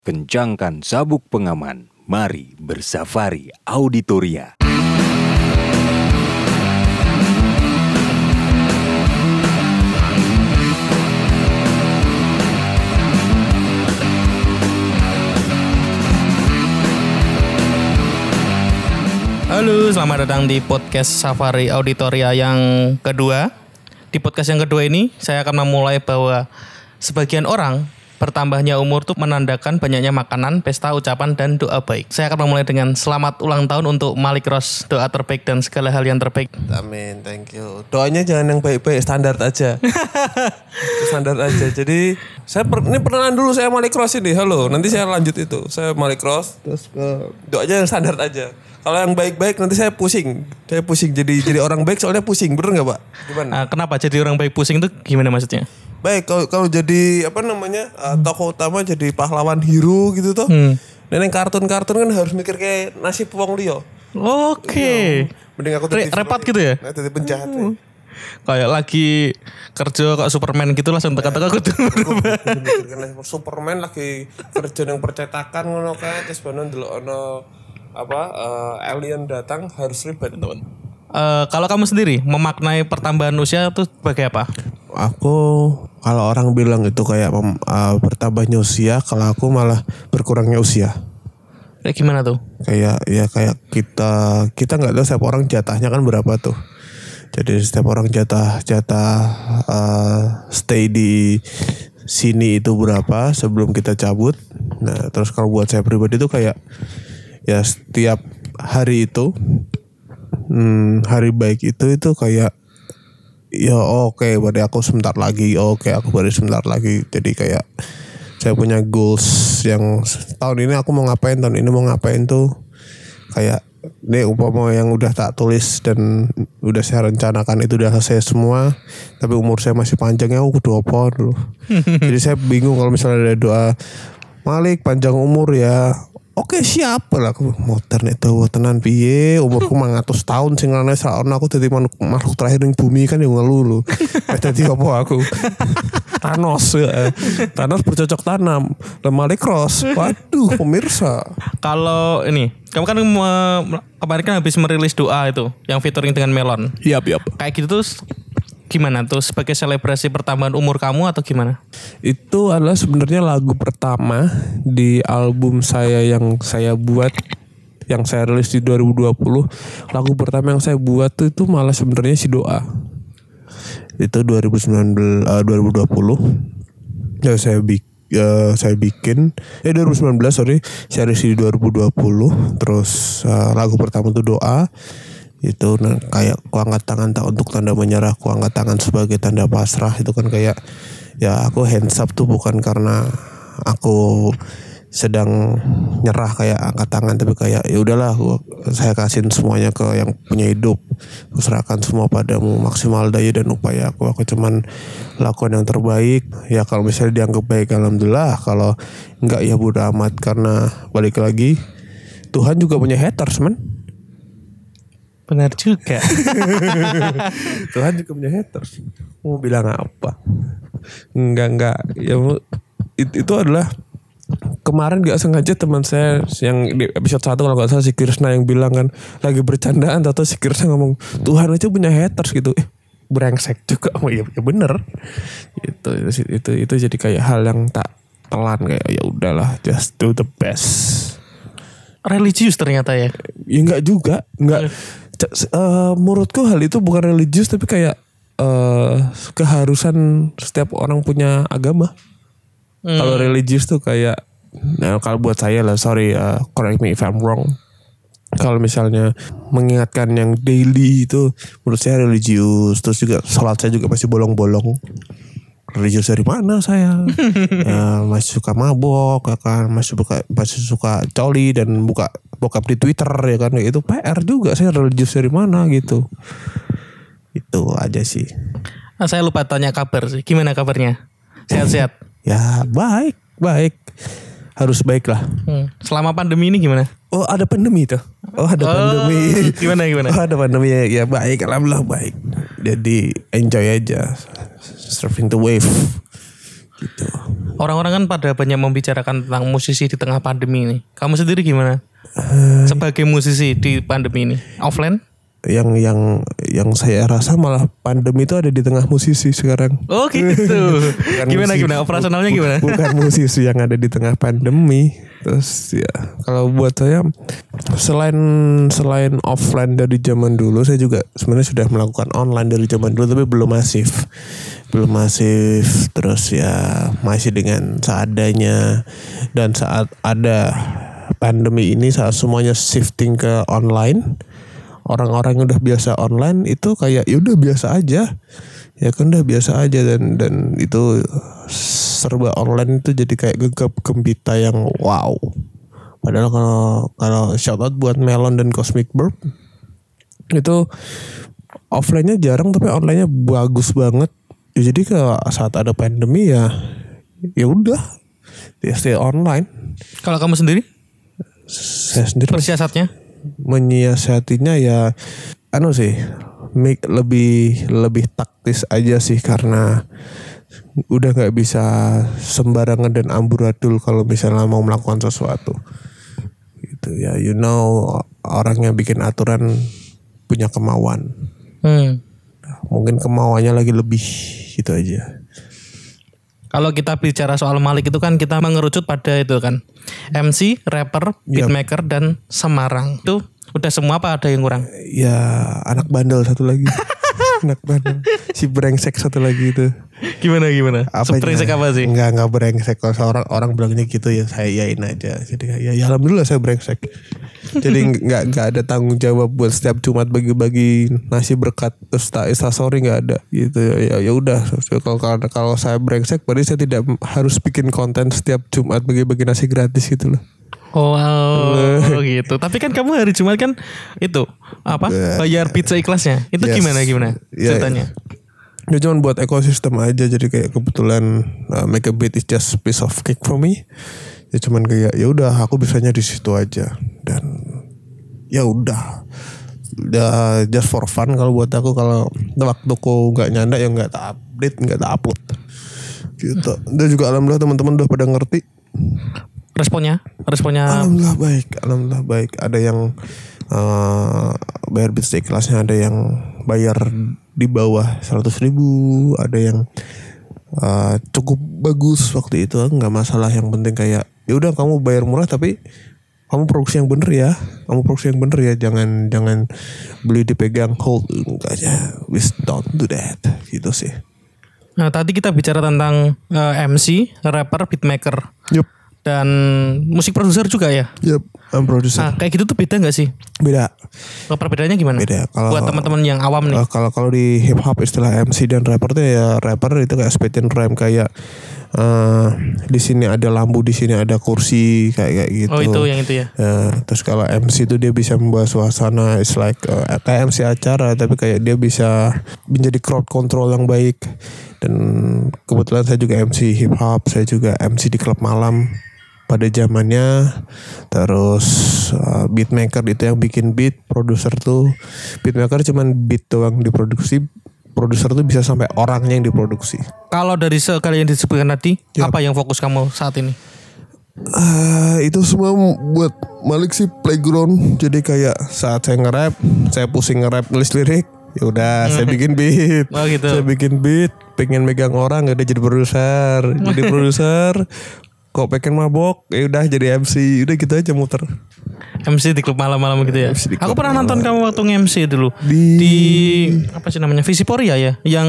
Kencangkan sabuk pengaman, mari bersafari Auditoria. Halo, selamat datang di podcast Safari Auditoria yang kedua. Di podcast yang kedua ini, saya akan memulai bahwa sebagian orang bertambahnya umur itu menandakan banyaknya makanan, pesta, ucapan, dan doa baik. Saya akan memulai dengan selamat ulang tahun untuk Malik Ros, doa terbaik dan segala hal yang terbaik. Amin, thank you. Doanya jangan yang baik-baik, standar aja. Standar aja. Jadi ini perkenalan dulu, saya Malik Ros ini. Halo, nanti saya lanjut itu. Saya Malik Ros, terus doanya yang standar aja. Kalau yang baik-baik nanti saya pusing. Saya pusing jadi orang baik soalnya pusing. Bener gak Pak? Gimana? Kenapa jadi orang baik pusing itu gimana maksudnya? Baik, kalau jadi tokoh utama jadi pahlawan hero gitu tuh. Dan yang kartun-kartun kan harus mikir kayak nasib wong liya. Oke. Mending aku repot gitu ya? Nah, jadi penjahat. Kayak lagi kerja kayak Superman gitu langsung teka-teka kudu. Superman lagi kerja yang percetakan ngono kae terus banon delok ono alien datang harus ribet teman. Kalau kamu sendiri memaknai pertambahan usia itu sebagai apa? Aku kalau orang bilang itu kayak bertambahnya usia, kalau aku malah berkurangnya usia. Kayak gimana tuh? Kayak kita nggak tahu setiap orang jatahnya kan berapa tuh. Jadi setiap orang jatah stay di sini itu berapa sebelum kita cabut. Nah terus kalau buat saya pribadi itu kayak ya setiap hari itu hari baik itu kayak ya oke, berarti aku sebentar lagi, aku baru sebentar lagi. Jadi kayak saya punya goals yang tahun ini aku mau ngapain, tahun ini mau ngapain tuh kayak ini umpama yang udah tak tulis dan udah saya rencanakan itu udah selesai semua, tapi umur saya masih panjangnya aku kudu apa dulu. Jadi saya bingung kalau misalnya ada doa Malik panjang umur ya. Oke siap lah aku modern itu tenan piye umurku 100 tahun sing ana sakno aku dadi makhluk terakhir ning bumi kan yo ngeluh lho. Dadi apa aku? Thanos ya. Thanos bercocok tanam. Malik Ros. Waduh pemirsa. Kalau ini kamu kan kemarin kan habis merilis doa itu yang featuring dengan Melon. Yap. Kayak gitu tuh gimana tuh sebagai selebrasi pertambahan umur kamu atau gimana? Itu adalah sebenarnya lagu pertama di album saya yang saya buat, yang saya rilis di 2020. Lagu pertama yang saya buat tuh itu malah sebenarnya si doa. Itu 2020. Ya saya bikin 2019 saya rilis di 2020. Terus lagu pertama tuh doa. Itu kayak ku angkat tangan tak untuk tanda menyerah, ku angkat tangan sebagai tanda pasrah. Itu kan kayak ya aku hands up tuh bukan karena aku sedang nyerah kayak angkat tangan, tapi kayak ya udahlah saya kasihin semuanya ke yang punya hidup, aku serahkan semua padamu, maksimal daya dan upaya aku cuman lakukan yang terbaik. Ya kalau misalnya dianggap baik alhamdulillah, kalau enggak ya bodo amat, karena balik lagi Tuhan juga punya haters man. Benar juga. Tuhan juga punya haters. Mau bilang apa? Enggak. Ya itu adalah kemarin gak sengaja teman saya yang di episode 1 kalau gak salah si Kirsna yang bilang kan lagi bercandaan atau si Kirsna ngomong Tuhan aja punya haters gitu. Brengsek juga. Oh iya bener. Itu jadi kayak hal yang tak telan, kayak ya udahlah just do the best. Religius ternyata ya. Ya enggak juga, enggak. Menurutku hal itu bukan religius tapi kayak keharusan setiap orang punya agama. Kalau religius tuh kayak kalau buat saya lah, sorry correct me if I'm wrong, kalau misalnya mengingatkan yang daily itu menurut saya religius. Terus juga sholat saya juga masih bolong-bolong. Religius dari mana saya? Ya, masih suka mabok ya kan, masih suka coli dan buka bokap di Twitter ya kan, itu PR juga. Saya religius dari mana gitu. Itu aja sih. Saya lupa tanya kabar sih. Gimana kabarnya? Sehat-sehat? Ya baik. Harus baik lah. Selama pandemi ini gimana? Oh ada pandemi tuh. Pandemi. Gimana? Oh ada pandemi ya baik, alhamdulillah baik. Jadi enjoy aja. Surfing the wave. gitu. Orang-orang kan pada banyak membicarakan tentang musisi di tengah pandemi ini. Kamu sendiri gimana? Sebagai musisi di pandemi ini, offline? Yang saya rasa malah pandemi itu ada di tengah musisi sekarang. Oh gitu. Gimana operasionalnya gimana? Bukan musisi yang ada di tengah pandemi. Terus ya kalau buat saya selain offline dari zaman dulu, saya juga sebenarnya sudah melakukan online dari zaman dulu tapi belum masif. Terus ya masih dengan seadanya. Dan saat ada pandemi ini, saat semuanya shifting ke online, orang-orang yang udah biasa online itu kayak ya udah biasa aja. Ya kan udah biasa aja dan itu serba online itu jadi kayak gegap gempita yang wow. Padahal kalau shout out buat Melon dan Cosmic Burp itu offline-nya jarang tapi online-nya bagus banget. Ya, jadi kalau saat ada pandemi ya udah dia stay online. Kalau kamu sendiri? Saya sendiri Persiasatnya? menyiasatinya ya lebih taktis aja sih, karena udah nggak bisa sembarangan dan amburadul kalau misalnya mau melakukan sesuatu gitu ya. Orang yang bikin aturan punya kemauan, mungkin kemauannya lagi lebih gitu aja. Kalau kita bicara soal Malik itu kan kita mengerucut pada itu kan MC, rapper, beatmaker, dan Semarang. Itu udah semua apa ada yang kurang? Ya anak bandel satu lagi. Anak bandel. Si brengsek satu lagi itu. Gimana? Brengsek apa sih? Enggak brengsek. Kalau orang bilangnya gitu ya saya yain aja. Jadi ya alhamdulillah saya brengsek. Jadi nggak ada tanggung jawab buat setiap Jumat bagi-bagi nasi berkat terus sorry nggak ada gitu ya udah. Kalau saya brengsek berarti saya tidak harus bikin konten setiap Jumat bagi-bagi nasi gratis gitu loh. Oh gitu. Tapi kan kamu hari Jumat kan itu apa bayar pizza ikhlasnya itu gimana ceritanya? Ya cuma buat ekosistem aja, jadi kayak kebetulan make a beat is just piece of cake for me. Ya cuman kayak ya udah aku bisanya di situ aja dan ya udah just for fun kalau buat aku. Kalau waktuku nggak nyanda ya nggak tak update, nggak tak upload gitu. Dan juga alhamdulillah teman-teman udah pada ngerti. Responnya alhamdulillah baik. Ada yang bayar beat stay kelasnya, ada yang bayar di bawah 100.000, ada yang cukup bagus waktu itu, nggak masalah. Yang penting kayak ya udah kamu bayar murah tapi kamu produksi yang bener ya, jangan beli dipegang hold enggak aja, please don't do that gitu sih. Nah tadi kita bicara tentang MC, rapper, beatmaker. Yup. Dan musik produser juga ya? Yup, I'm producer. Nah kayak gitu tuh beda gak sih? Beda. Perbedaannya gimana? Beda. Kalau buat teman-teman yang awam nih. Kalau di hip hop istilah MC dan rapper tuh ya, rapper itu kayak spit and rhyme, kayak di sini ada lampu, di sini ada kursi, kayak gitu. Oh itu yang itu ya. Terus kalau MC itu dia bisa membawa suasana, it's like kayak MC acara, tapi kayak dia bisa menjadi crowd control yang baik. Dan kebetulan saya juga MC hip hop, saya juga MC di klub malam pada zamannya. Terus beatmaker itu yang bikin beat, produser tuh beatmaker cuman beat doang diproduksi, produser tuh bisa sampai orangnya yang diproduksi. Kalau dari sekali yang disebutkan tadi, apa yang fokus kamu saat ini? Itu semua buat Malik sih playground. Jadi kayak saat saya nge-rap, saya pusing nge-rap nulis lirik, ya udah saya bikin beat. Oh gitu. Saya bikin beat, pengen megang orang, udah jadi produser. Jadi produser, kok pengen mabok, ya udah jadi MC, udah gitu aja muter. MC di klub malam-malam gitu ya. Aku pernah nonton kamu waktu nge-MC dulu di apa sih namanya, Visiporia ya, yang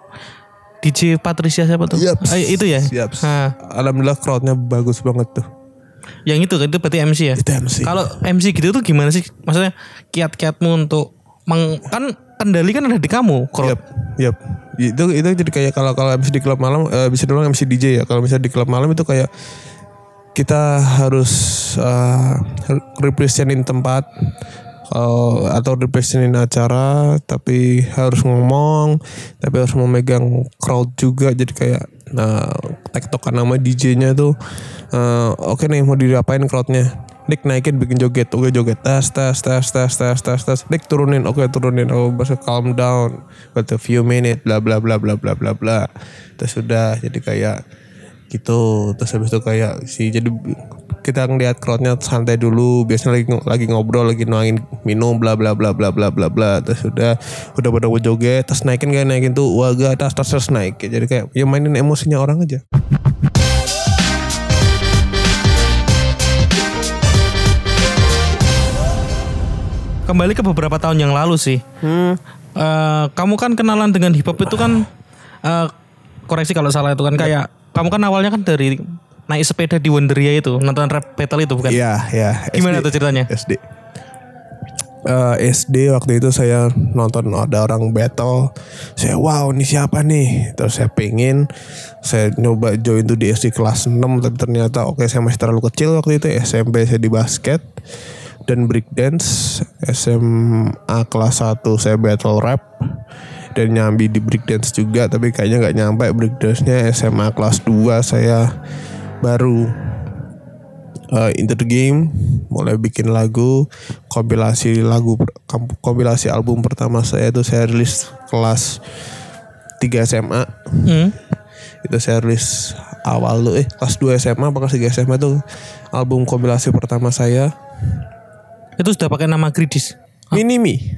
DJ Patricia siapa tuh? Itu ya. Alhamdulillah crowdnya bagus banget tuh. Yang itu berarti MC ya. Itu MC. Kalau MC gitu tuh gimana sih? Maksudnya kiat-kiatmu untuk kan kendali kan ada di kamu. Yap. Itu jadi kayak kalau MC di klub malam bisa dulu MC DJ ya. Kalau misalnya di klub malam itu kayak kita harus representin tempat atau representin acara, tapi harus ngomong, tapi harus memegang crowd juga. Jadi kayak tektokan nama DJ-nya tuh oke nih mau diapain crowdnya. Nick naikin bikin joget, oke joget, tas, Nick turunin, oke turunin, bahasa calm down, but a few minutes, bla bla bla bla bla bla bla. Terus sudah jadi kayak gitu. Terus habis itu kayak jadi kita ngeliat crowdnya santai dulu, biasanya lagi ngobrol, lagi nuangin minum bla bla bla bla bla bla bla. Terus udah pada mau joget, terus naikin tuh waga atas terus naik. Jadi kayak ya mainin emosinya orang aja. Kembali ke beberapa tahun yang lalu sih. Kamu kan kenalan dengan hip hop itu kan koreksi kalau salah itu kan kayak kamu kan awalnya kan dari naik sepeda di Wonderia itu, nonton rap battle itu bukan? Iya. Gimana SD, tuh ceritanya? SD waktu itu saya nonton ada orang battle, saya wow ini siapa nih, terus saya nyoba join tuh di SD kelas 6, tapi ternyata saya masih terlalu kecil waktu itu. SMP saya di basket dan breakdance. SMA kelas 1 saya battle rap dan nyambi di breakdance juga, tapi kayaknya gak nyampe breakdance-nya. SMA kelas 2 saya baru into the game, mulai bikin lagu, kompilasi album pertama saya itu saya rilis kelas 3 SMA. Itu saya rilis awal tuh kelas 2 SMA apa kelas 3 SMA tuh album kompilasi pertama saya. Itu sudah pakai nama Gridis. Minimi.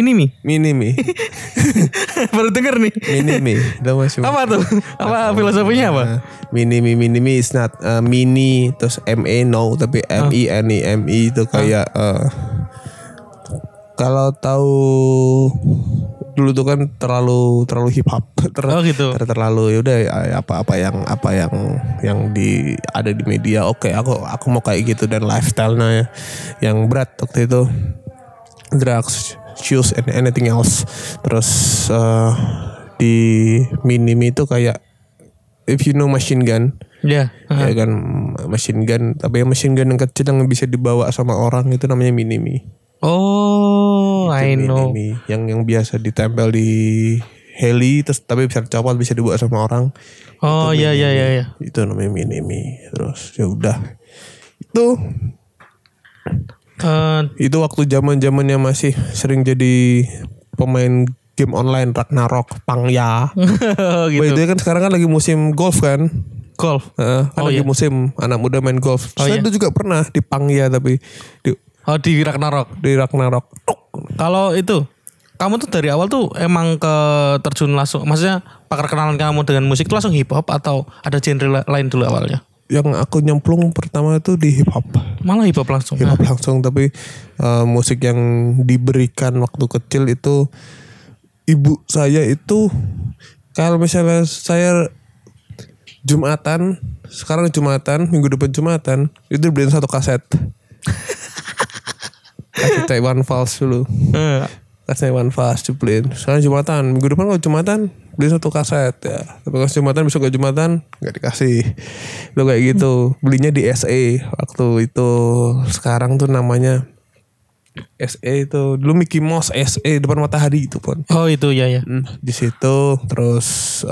Baru denger nih. Minimi. Apa tuh? Apa filosofinya apa? Minimi is not mini terus no tapi MINI itu kayak kalau tahu dulu tuh kan terlalu hip hop. Gitu. Terlalu yaudah apa yang ada di media. Oke, aku mau kayak gitu, dan lifestyle-nya yang berat waktu itu. Drugs, shoes and anything else. Terus di Minimi itu kayak if you know machine gun. Ya kan machine gun, tapi machine gun yang kecil yang bisa dibawa sama orang itu namanya Minimi. Oh, I know. Minimi yang biasa ditempel di heli terus tapi bisa dicopot, bisa dibawa sama orang. Oh iya. Itu namanya Minimi. Terus ya udah. Itu waktu zamannya masih sering jadi pemain game online Ragnarok, Pangya. Gitu. Itu kan sekarang kan lagi musim golf kan. Golf. Lagi musim anak muda main golf. Saya itu juga pernah di Pangya tapi di Ragnarok. Di Ragnarok. Kalau itu kamu tuh dari awal tuh emang terjun langsung, maksudnya perkenalan kamu dengan musik itu langsung hip hop atau ada genre lain dulu awalnya? Yang aku nyemplung pertama itu di hip hop. Malah hip hop langsung. Tapi musik yang diberikan waktu kecil itu ibu saya itu, kalau misalnya saya sekarang Jumatan, minggu depan Jumatan, itu beliin satu kaset. Kaset One Vals dulu. Kaset One Vals dibeliin. Sekarang Jumatan, minggu depan kalau Jumatan beli satu kaset ya. Tapi kalau Jumatan besok gak Jumatan gak dikasih. Itu kayak gitu. Belinya di SE waktu itu. Sekarang tuh namanya SE itu. Dulu Mickey Mouse SE depan Matahari itu pun. Oh itu ya. Di situ terus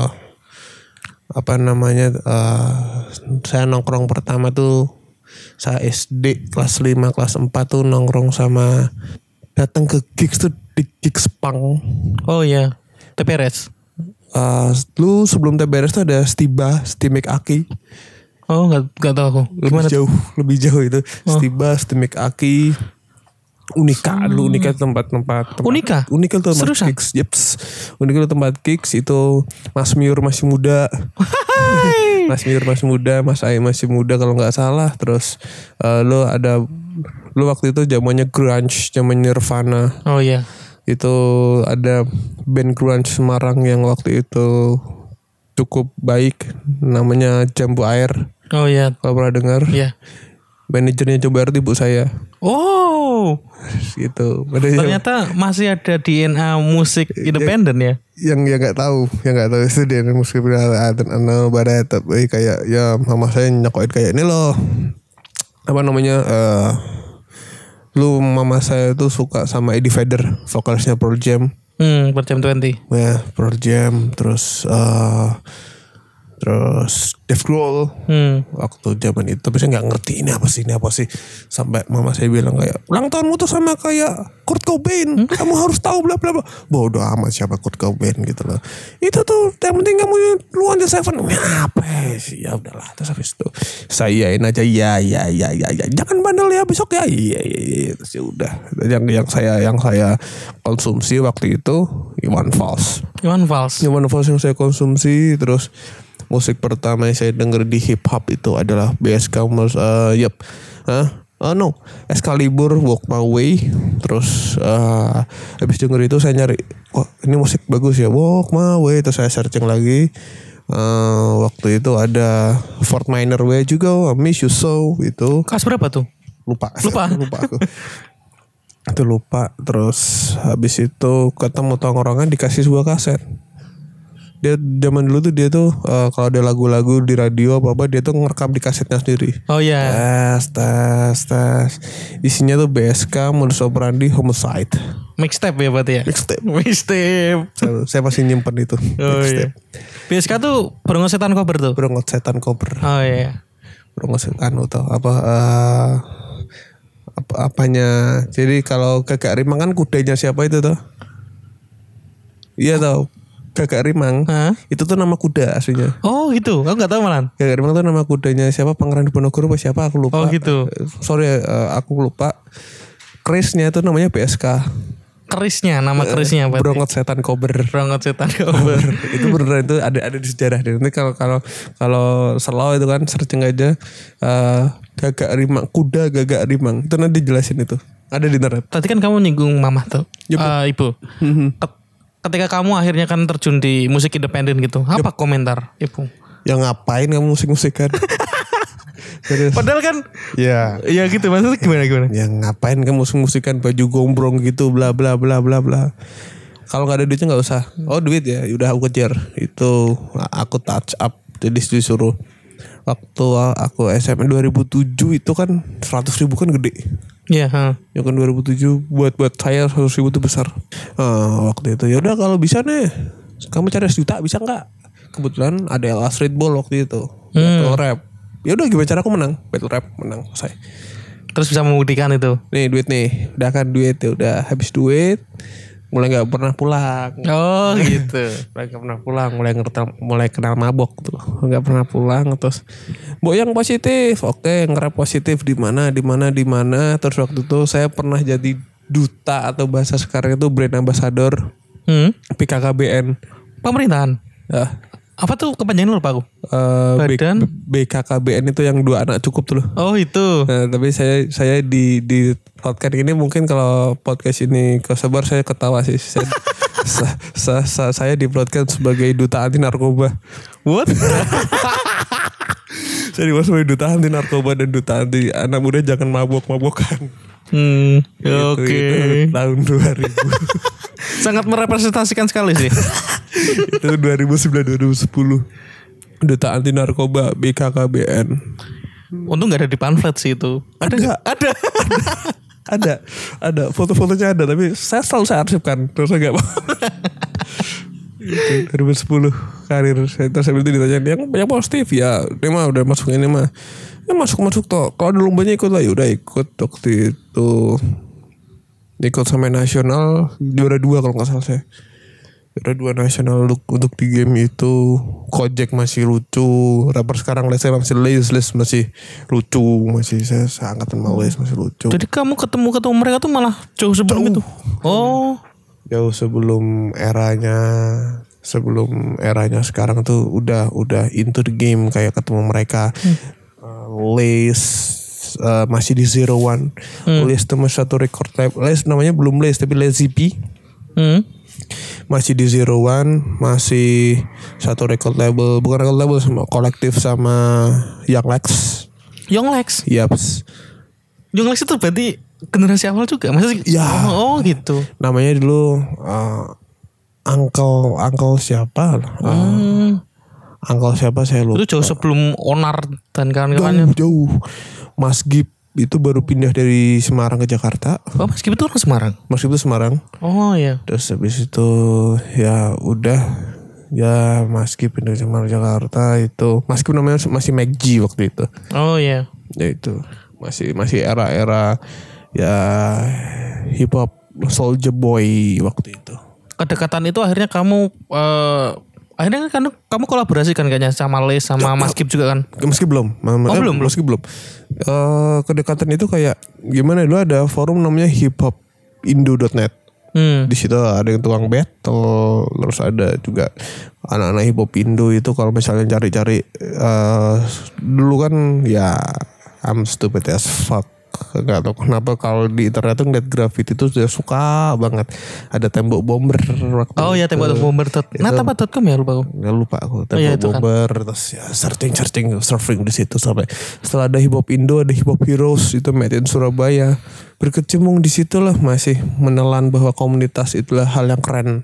saya nongkrong pertama tuh saya SD kelas 5 kelas 4 tuh nongkrong sama, datang ke gigs tuh di gigs punk. Oh iya. TPRS. Lu sebelum TBRS tuh ada Stimek Aki. Oh nggak tahu aku. Gimana? Lebih jauh itu. Stimek Aki, Unika. Dulu Unika tempat. Unika tuh tempat gigs. Yeps. Unika tuh tempat gigs itu. Mas Miur masih muda. Mas Miur masih muda, Mas Ai masih muda kalau nggak salah. Terus lu waktu itu zamannya grunge, zaman Nirvana. Oh iya. Itu ada band grunge Semarang yang waktu itu cukup baik, namanya Jambu Air. Oh iya. Kalau pernah dengar? Iya. Manajernya Jambu Air ibu saya. Oh. Gitu. Ternyata masih ada DNA musik independen ya? Yang nggak tahu itu DNA musik independen barat, tapi kayak ya mama saya nyakoin kayak ini loh. Apa namanya? Mama saya tuh suka sama Eddie Vedder, vokalisnya Pearl Jam. Pearl Jam 20. Ya, Pearl Jam. Terus Terus Dave Grohl waktu zaman itu, tapi saya nggak ngerti ini apa sih sampai mama saya bilang kayak ulang tahunmu tuh sama kayak Kurt Cobain, kamu harus tahu bla bla bla. Bodoh amat siapa Kurt Cobain gitu loh. Itu tuh yang penting kamu luang the seven. Apa sih, ya udahlah. Terus habis itu saya iyain aja ya jangan bandel ya besok ya. Iya. Terus ya udah. Yang saya konsumsi waktu itu Iwan Fals yang saya konsumsi. Terus musik pertama yang saya denger di hip hop itu adalah BSK Excalibur, Walk My Way. Terus habis denger itu saya nyari, wah ini musik bagus ya, Walk My Way. Terus saya searching lagi. Waktu itu ada Fort Minor Way juga, I Miss You So itu. Kelas berapa tuh? Lupa aku. Itu lupa. Terus habis itu ketemu tongkrongan dikasih sebuah kaset. Dia zaman dulu tuh dia tuh kalau ada lagu-lagu di radio apa dia tuh ngerekam di kasetnya sendiri. Oh iya. Tes. Isinya tuh BSK, Modus Operandi, Homicide. Mixtape ya berarti ya? Mixtape. Saya masih nyimpen itu. Oh iya. BSK tuh Berongot Setan Kober tuh? Berongot Setan Kober. Oh iya. Berongot Setan atau apanya. Jadi kalau Gagak Rimang kan kudanya siapa itu tuh? Iya tau. Gagak Rimang itu tuh nama kuda aslinya. Oh gitu, aku nggak tahu malah. Gagak Rimang tuh nama kudanya siapa, Pangeran Diponegoro apa siapa aku lupa. Oh gitu. Sorry aku lupa. Kerisnya itu namanya BSK. Nama kerisnya apa? Berongot Setan Kober. Itu beneran itu ada di sejarah. Nanti kalau slow itu kan searching aja Gagak Rimang, kuda Gagak Rimang. Itu nanti jelasin itu. Ada di internet. Tadi kan kamu nyinggung mama tuh. Ibu. Ketika kamu akhirnya kan terjun di musik independen gitu, apa komentar ibu? Ya ngapain kamu musik-musikan? Padahal kan ya gitu, maksudnya gimana? Ya ngapain kamu musik-musikan baju gombrong gitu bla bla bla bla bla. Kalau nggak ada duitnya nggak usah. Oh duit ya, udah aku kejar. Itu aku touch up. Jadi disuruh. Waktu aku SMA 2007 itu kan 100.000 kan gede. Iya. Ya kan 2007 buat saya 100.000 itu besar. Waktu itu ya udah kalau bisa nih, kamu cari 1 juta bisa nggak? Kebetulan ada LA Street Ball waktu itu. Battle rap. Ya udah gimana cara aku menang? Battle rap menang selesai. Terus bisa membuktikan itu. Nih duit nih, udah kan duit ya udah habis duit. Mulai nggak pernah pulang. Oh gitu. Mulai nggak pernah pulang, mulai kenal mabok tuh. Nggak pernah pulang terus. Boyang positif, oke ngerap positif di mana. Terus waktu itu saya pernah jadi duta atau bahasa sekarang itu brand ambassador BKKBN. Pemerintahan. Apa tuh kepanjangan lupa aku? Badan BKKBN itu yang 2 anak cukup tuh loh. Oh itu. Nah, tapi saya di podcast ini mungkin kalau podcast ini kesebar saya ketawa sih. Saya di podcast sebagai duta anti narkoba. What? Saya dibuat sebagai duta anti narkoba dan duta anti anak muda jangan mabok-mabokan. Oke. Tahun 2000. Sangat merepresentasikan sekali sih. Itu 2009-2010. Duta anti narkoba BKKBN. Untung gak ada di pamflet sih itu. Ada foto-fotonya ada, tapi saya arsipkan terus saya gak mau. 2010 karir saya terus itu ditanya yang positif ya ini mah udah masuk ini mah ya masuk toh kalau ada lombanya ikut lah ya udah ikut waktu itu ikut sampai nasional juara 2 kalau nggak salah saya juara 2 nasional untuk di game itu. Kojek masih lucu, rapper sekarang Les masih lucu, masih saya angkatan mau Les masih lucu. Jadi kamu ketemu mereka tuh malah jauh sebelum itu. Oh jauh sebelum eranya sekarang tuh udah into the game kayak ketemu mereka. Les masih di 01. Les tuh masih satu record label. Les namanya belum Les tapi Lazy P. Masih di 01, masih satu record label, bukan record label sama kolektif sama Young Lex. Yaps. Young Lex itu berarti generasi awal juga, maksudnya? Ya. Oh gitu. Namanya dulu Uncle siapa? Uncle siapa saya lupa. Itu jauh sebelum Onar dan kawan-kawannya. Jauh. Mas Gip itu baru pindah dari Semarang ke Jakarta. Oh Mas Gip itu orang Semarang? Mas Gip itu Semarang. Oh iya. Terus habis itu ya udah Ya Maskip Indonesia Jakarta itu. Maskip namanya masih McG waktu itu. Oh iya. Ya itu masih era-era ya hip hop Soulja Boy waktu itu. Kedekatan itu akhirnya kamu akhirnya kan kamu kolaborasi kan kayaknya sama Les sama Maskip juga kan? Meski belum. Belum. Meski belum. Kedekatan itu kayak gimana, dulu ada forum namanya hiphop.indo.net. Di situ ada yang tukang battle, terus ada juga anak-anak hip hop Indo itu kalau misalnya cari-cari dulu kan ya I'm stupid as fuck. Gak tau kenapa kalau di internet tuh ngeliat graffiti tuh sudah suka banget. Ada tembok bomber waktu Oh iya, tembok bomber. Natapa.com ya lupa aku. Nggak lupa aku tembok bomber kan. Terus ya surfing di situ sampai setelah ada hip hop Indo ada hip hop heroes itu made in Surabaya. Berkecimpung di situlah masih menelan bahwa komunitas itulah hal yang keren.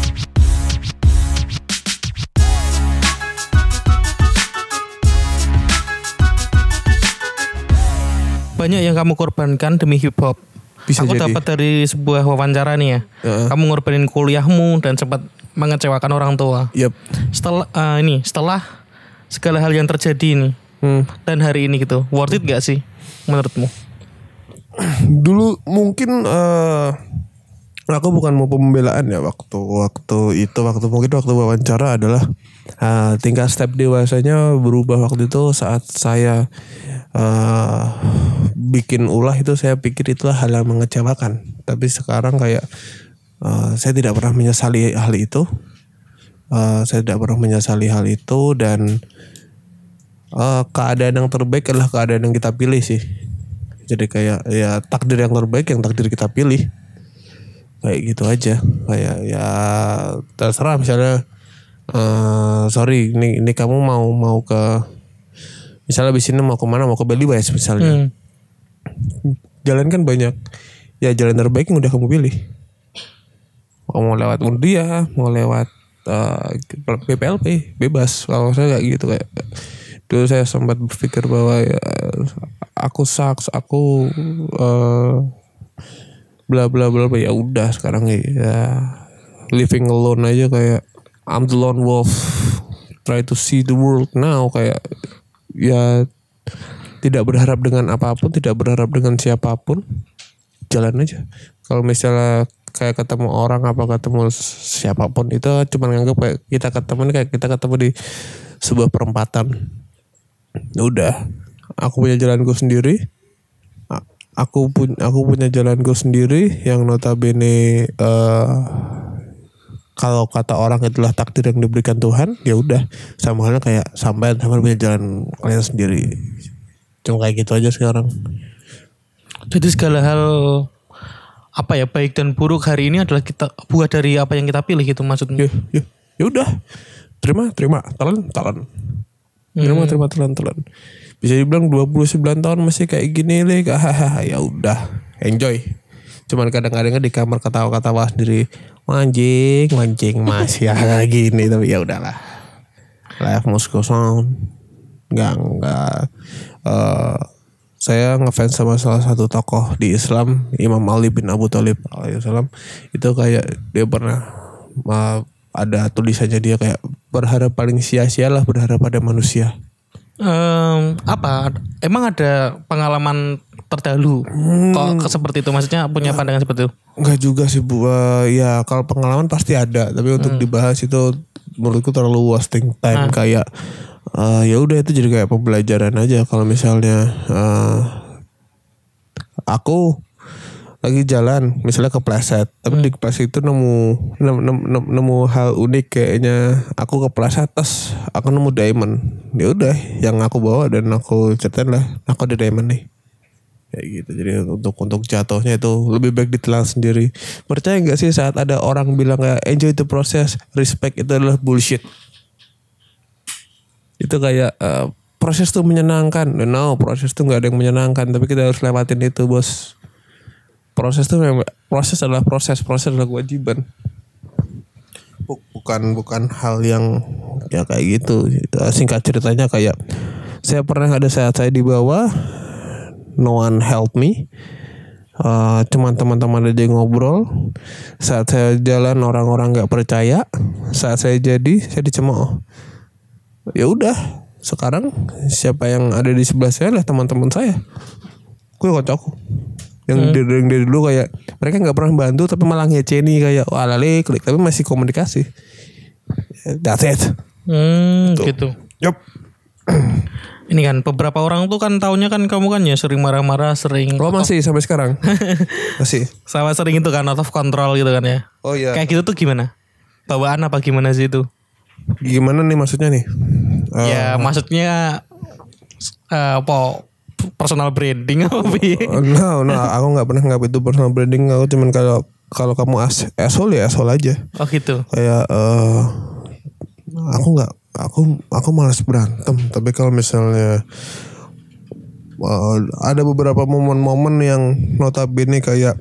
Banyak yang kamu korbankan demi hip hop. Aku dapat dari sebuah wawancara nih ya. Kamu ngorbanin kuliahmu dan sempat mengecewakan orang tua. Yep. Setelah segala hal yang terjadi ini dan hari ini gitu, worth it gak sih menurutmu? Dulu mungkin aku bukan mau pembelaan ya waktu wawancara adalah tingkat step dewasanya berubah waktu itu saat saya bikin ulah itu saya pikir itulah hal yang mengecewakan. Tapi sekarang kayak saya tidak pernah menyesali hal itu. Dan keadaan yang terbaik adalah keadaan yang kita pilih sih. Jadi kayak ya takdir yang terbaik yang takdir kita pilih. Kayak gitu aja. Kayak ya terserah misalnya sorry ini kamu mau ke misalnya di sini mau kemana, mau ke Bali West misalnya. Jalan kan banyak. Ya jalan terbaik yang udah kamu pilih. Mau lewat Undia, mau lewat PPLP, bebas. Kalau saya kayak gitu kayak dulu saya sempat berpikir bahwa ya, aku sucks, aku bla bla bla, ya udah sekarang ya living alone aja kayak I'm the lone wolf, try to see the world now, kayak ya tidak berharap dengan apapun, tidak berharap dengan siapapun, jalan aja. Kalau misalnya kayak ketemu orang apa ketemu siapapun itu cuma nganggap kayak kita ketemu di sebuah perempatan. Udah, aku punya jalanku sendiri. Aku punya jalanku sendiri yang notabene kalau kata orang itulah takdir yang diberikan Tuhan, ya udah sama halnya kayak sampai punya jalan kalian sendiri. Cuma kayak gitu aja sekarang. Jadi segala hal apa ya baik dan buruk hari ini adalah kita buah dari apa yang kita pilih gitu maksudnya. Ya udah. Terima, telan. Terima. Bisa dibilang 29 tahun masih kayak gini deh. Ya udah, enjoy. Cuman kadang-kadang di kamar ketawa-ketawa sendiri. Mancing masih kayak gini, tapi ya udahlah. Life must go on. Enggak. Saya ngefans sama salah satu tokoh di Islam, Imam Ali bin Abu Thalib alaihissalam. Itu kayak dia pernah ada tulisannya dia kayak berharap paling sia-sialah berharap pada manusia. Apa? Emang ada pengalaman terdahulu kok seperti itu? Maksudnya punya pandangan seperti itu? Enggak juga sih Bu. Ya kalau pengalaman pasti ada, tapi untuk dibahas itu menurutku terlalu wasting time. Kayak ya udah itu jadi kayak pembelajaran aja. Kalau misalnya aku lagi jalan misalnya kepleset, tapi di kepleset itu nemu hal unik, kayaknya aku kepleset terus aku nemu diamond. Ya udah yang aku bawa dan aku ceritain lah aku ada diamond nih. Kayak gitu. Jadi untuk jatuhnya itu lebih baik ditelan sendiri. Percaya nggak sih saat ada orang bilang kayak enjoy the process, respect itu adalah bullshit. Itu kayak proses tuh menyenangkan. No, proses tuh nggak ada yang menyenangkan, tapi kita harus lewatin itu, bos. Proses adalah proses adalah kewajiban. Bukan hal yang ya kayak gitu. Singkat ceritanya kayak saya pernah ada saat saya di bawah, no one help me. cuman teman-teman aja ngobrol. Saat saya jalan orang-orang nggak percaya. Saat saya dicemooh. Ya udah, sekarang siapa yang ada di sebelah saya lah teman-teman saya. Gue kocok. Yang dari dulu kayak mereka nggak pernah bantu tapi malah ngeceni kayak alale klik tapi masih komunikasi. That's it. Gitu. Yup. Ini kan beberapa orang tuh kan taunya kan kamu kan ya sering marah-marah, sering Masih sampai sekarang. Masih. sama sering itu kan out of control gitu kan ya. Oh iya. Kayak gitu tuh gimana? Bawaan apa gimana sih itu? Gimana nih maksudnya nih? Ya maksudnya apa personal branding apa bi? No, aku nggak pernah nggak itu personal branding. Aku cuman kalau kamu asshole ya asshole aja. Oh gitu. Kayak aku malas berantem. Tapi kalau misalnya ada beberapa momen-momen yang notabene kayak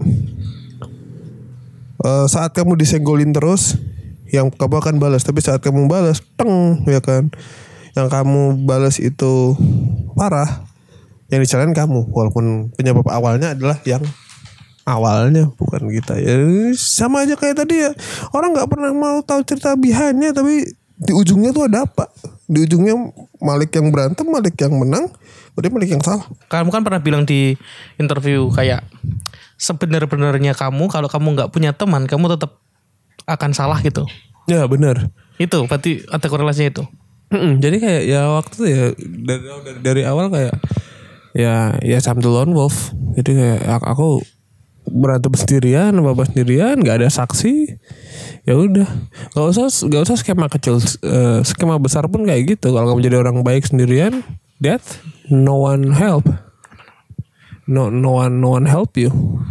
saat kamu disenggolin terus, yang kamu akan balas. Tapi saat kamu balas, teng, ya kan, yang kamu balas itu parah, yang dicelain kamu. Walaupun penyebab awalnya adalah yang awalnya bukan kita. Ya sama aja kayak tadi ya. Orang nggak pernah mau tahu cerita behind-nya, tapi di ujungnya tuh ada apa? Di ujungnya Malik yang berantem, Malik yang menang, berarti Malik yang salah. Kamu kan pernah bilang di interview kayak sebenar-benarnya kamu kalau kamu nggak punya teman kamu tetap akan salah gitu. Ya benar. Itu berarti ada korelasinya itu. Jadi kayak ya waktu itu ya dari awal kayak ya I'm the lone wolf. Jadi kayak aku berantem sendirian, bapak sendirian, nggak ada saksi. Ya udah, nggak usah skema kecil, skema besar pun kayak gitu. Kalau kamu jadi orang baik sendirian, that no one help, no one help you,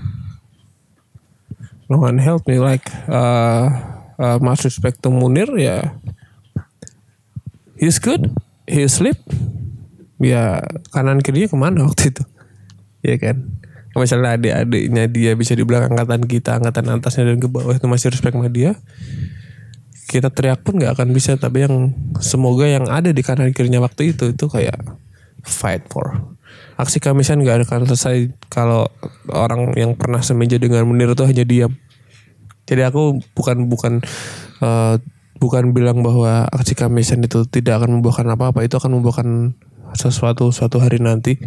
no one help me. Like much respect to Munir ya, he's good, he sleep. Ya kanan kirinya kemana waktu itu, ya kan? Misalnya adik-adiknya dia bisa dibilang angkatan kita, angkatan atasnya dan ke bawah itu masih respect sama dia, kita teriak pun gak akan bisa. Tapi yang semoga yang ada di kanan kirinya waktu itu kayak fight for. Aksi Kamisan gak akan selesai kalau orang yang pernah semeja dengan Munir itu hanya diam. Jadi aku bukan bilang bahwa aksi Kamisan itu tidak akan membuahkan apa-apa. Itu akan membuahkan suatu hari nanti.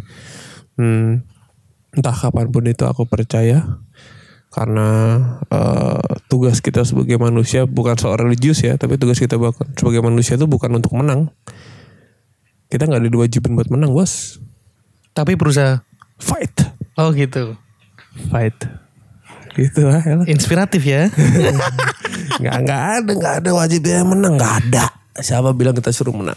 Entah kapanpun itu aku percaya. Karena tugas kita sebagai manusia bukan soal religius ya, tapi tugas kita sebagai manusia itu bukan untuk menang. Kita gak ada diwajibin buat menang, bos. Tapi berusaha Fight. Oh gitu. Fight. Gitu lah ya. Inspiratif ya. Gak ada wajibnya menang. Gak ada. Siapa bilang kita suruh menang?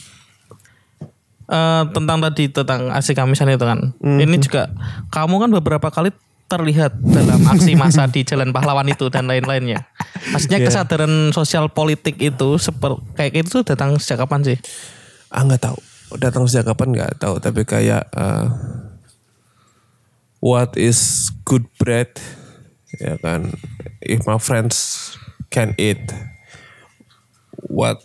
Tentang aksi Kamisan itu kan. Ini juga kamu kan beberapa kali terlihat dalam aksi massa di Jalan Pahlawan itu dan lain-lainnya. Maksudnya kesadaran sosial politik itu kayak itu datang sejak kapan sih? Nggak tahu. Datang sejak kapan nggak tahu. Tapi kayak what is good bread, ya kan? If my friends can eat, what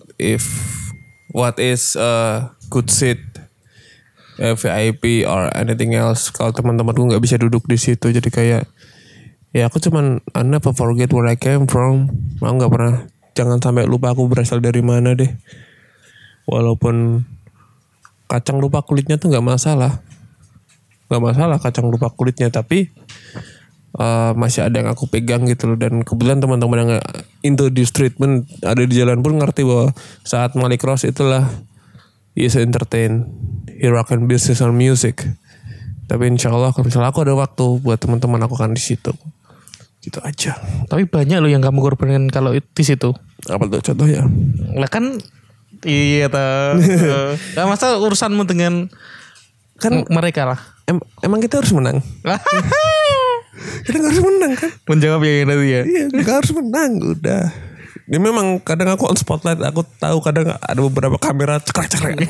is good seat, VIP or anything else. Kalau teman-temanku nggak bisa duduk di situ, jadi kayak ya aku cuman I never forget where I came from. Aku nggak pernah, jangan sampai lupa aku berasal dari mana deh. Walaupun kacang lupa kulitnya tuh nggak masalah kacang lupa kulitnya, tapi masih ada yang aku pegang gitu loh. Dan kebetulan teman-teman yang into this treatment ada di jalan pun ngerti bahwa saat Malik Ross itulah he is entertain, he rock and business on music. Tapi insya Allah kalau misalnya aku ada waktu buat teman-teman aku akan di situ. Gitu aja. Tapi banyak loh yang kamu korbankan kalau di situ. Apa tuh contohnya? Lah kan iya toh. Nah, masa urusanmu dengan kan mereka lah. Emang kita harus menang. Kita gak harus menang kan? Menjawab yang tadi ya. Iya, gak harus menang udah. Ini memang kadang aku on spotlight, aku tahu kadang ada beberapa kamera cekrek-cekrek.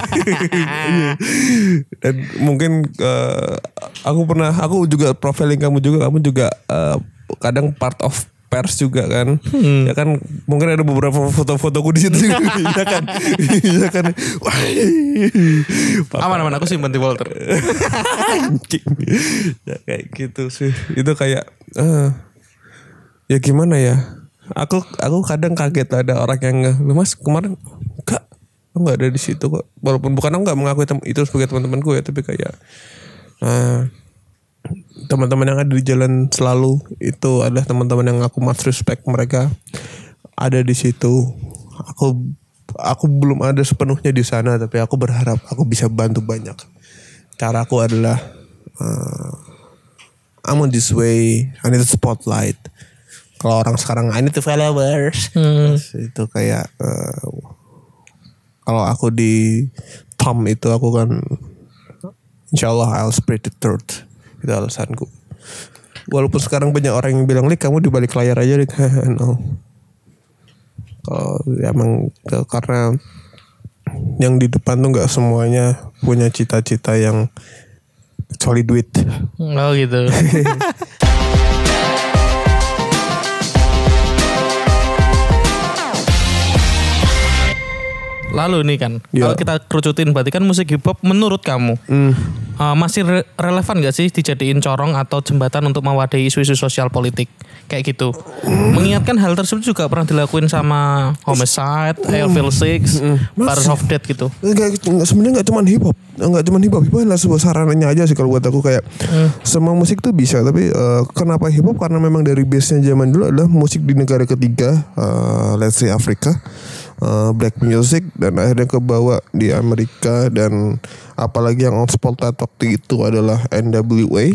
Dan mungkin aku juga profiling kamu juga kadang part of pers juga kan. Ya kan mungkin ada beberapa foto-fotoku di situ juga. Iya kan. Iya kan. Wah. Aman aku simpan di Walter. Ya kayak gitu sih. Itu kayak ya gimana ya? Aku kadang kaget ada orang yang "Lu Mas kemarin enggak ada di situ kok." Walaupun bukan aku enggak mengakui itu sebagai teman-temanku ya, tapi kayak teman-teman yang ada di jalan selalu itu adalah teman-teman yang aku much respect, mereka ada di situ. Aku belum ada sepenuhnya di sana, tapi aku berharap aku bisa bantu banyak. Caraku adalah I'm on this way, I need the spotlight. Kalau orang sekarang I need the followers. Itu kayak kalau aku di Tom itu aku kan insyaallah I'll spread the truth. Itu alasanku. Walaupun sekarang banyak orang yang bilang, "Lik, kamu di balik layar aja, Lik." No. Kalau emang karena yang di depan tuh nggak semuanya punya cita-cita yang kecuali duit. Oh gitu. Lalu nih kan, kalau kita kerucutin berarti kan musik hip hop menurut kamu masih relevan gak sih dijadiin corong atau jembatan untuk mewadahi isu-isu sosial politik kayak gitu? Mengingatkan hal tersebut juga pernah dilakuin sama Homicide, Airfield 6, Paris of Death gitu. Sebenarnya nggak cuma hip hop, hip hop adalah sebuah sarananya aja sih kalau buat aku, kayak semua musik tuh bisa, tapi kenapa hip hop? Karena memang dari base-nya zaman dulu adalah musik di negara ketiga, let's say Afrika. Black music, dan akhirnya kebawa di Amerika, dan apalagi yang on spotlight waktu itu adalah NWA,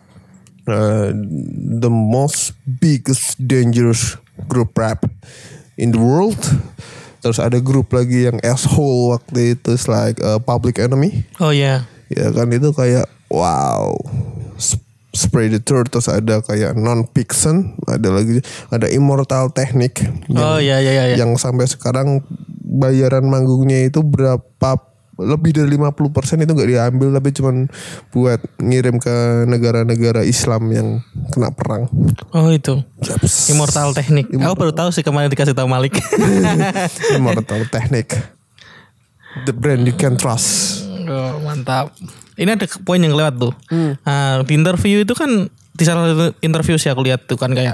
the most biggest dangerous group rap in the world. Terus ada grup lagi yang asshole waktu itu, like Public Enemy. Oh ya. Ya kan, itu kayak wow, Spray the Truth. Terus ada kayak Non Fiction, ada Immortal Technique yang sampai sekarang bayaran manggungnya itu lebih dari 50% itu gak diambil, tapi cuman buat ngirim ke negara-negara Islam yang kena perang. Oh itu Immortal Technique. Aku baru tahu sih, kemarin dikasih tahu Malik. Immortal Technique, the brand you can trust. Oh, mantap. Ini ada poin yang lewat tuh. Di interview itu kan, di salah satu interview sih aku lihat tuh kan kayak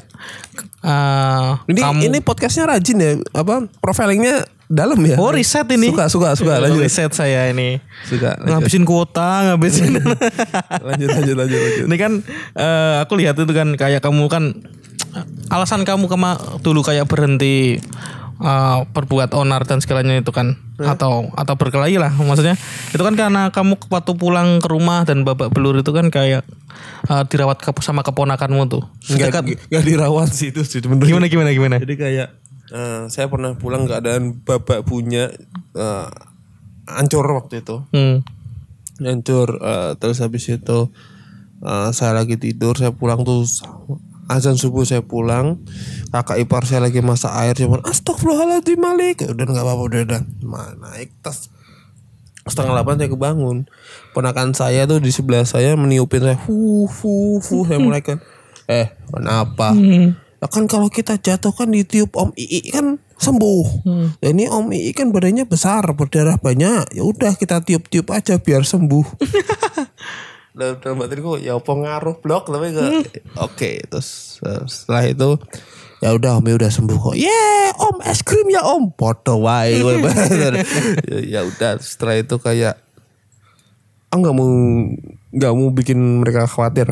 ini podcastnya rajin ya, profilingnya dalam ya. Oh, riset ini. Suka lanjut. Riset saya ini. Suka. Ngabisin kuota, ngabisin. lanjut. Ini kan aku lihat itu kan kayak kamu kan alasan kamu dulu kayak berhenti perbuat onar dan segalanya itu kan, atau berkelahi lah maksudnya, itu kan karena kamu waktu pulang ke rumah dan babak belur itu kan kayak dirawat sama keponakanmu tuh. Enggak dirawat sih itu sih sebenarnya. Gimana? Jadi kayak saya pernah pulang keadaan babak punya, hancur waktu itu. Hancur, terus habis itu saya lagi tidur, saya pulang tuh azan subuh, saya pulang, kakak ipar saya lagi masak air, cuman astagfirullahaladzim Malik, udah nggak apa-apa, udah naik tas 7:30 saya kebangun, ponakan saya tuh di sebelah saya meniupin saya, saya mulai kan, kenapa? Ya kan kalau kita jatuh kan ditiup Om Ii kan sembuh. Ya ini Om Ii kan badannya besar, berdarah banyak, ya udah kita tiup-tiup aja biar sembuh. Dalam batinku ya pengaruh blok, tapi oke. Terus setelah itu ya udah Om udah sembuh kok. Om es krim ya Om, podo wae. Ya udah, setelah itu kayak nggak mau bikin mereka khawatir.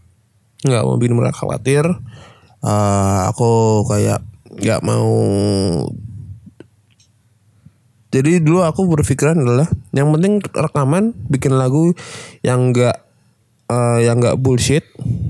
Aku kayak nggak mau. Jadi dulu aku berpikiran adalah yang penting rekaman, bikin lagu yang nggak bullshit,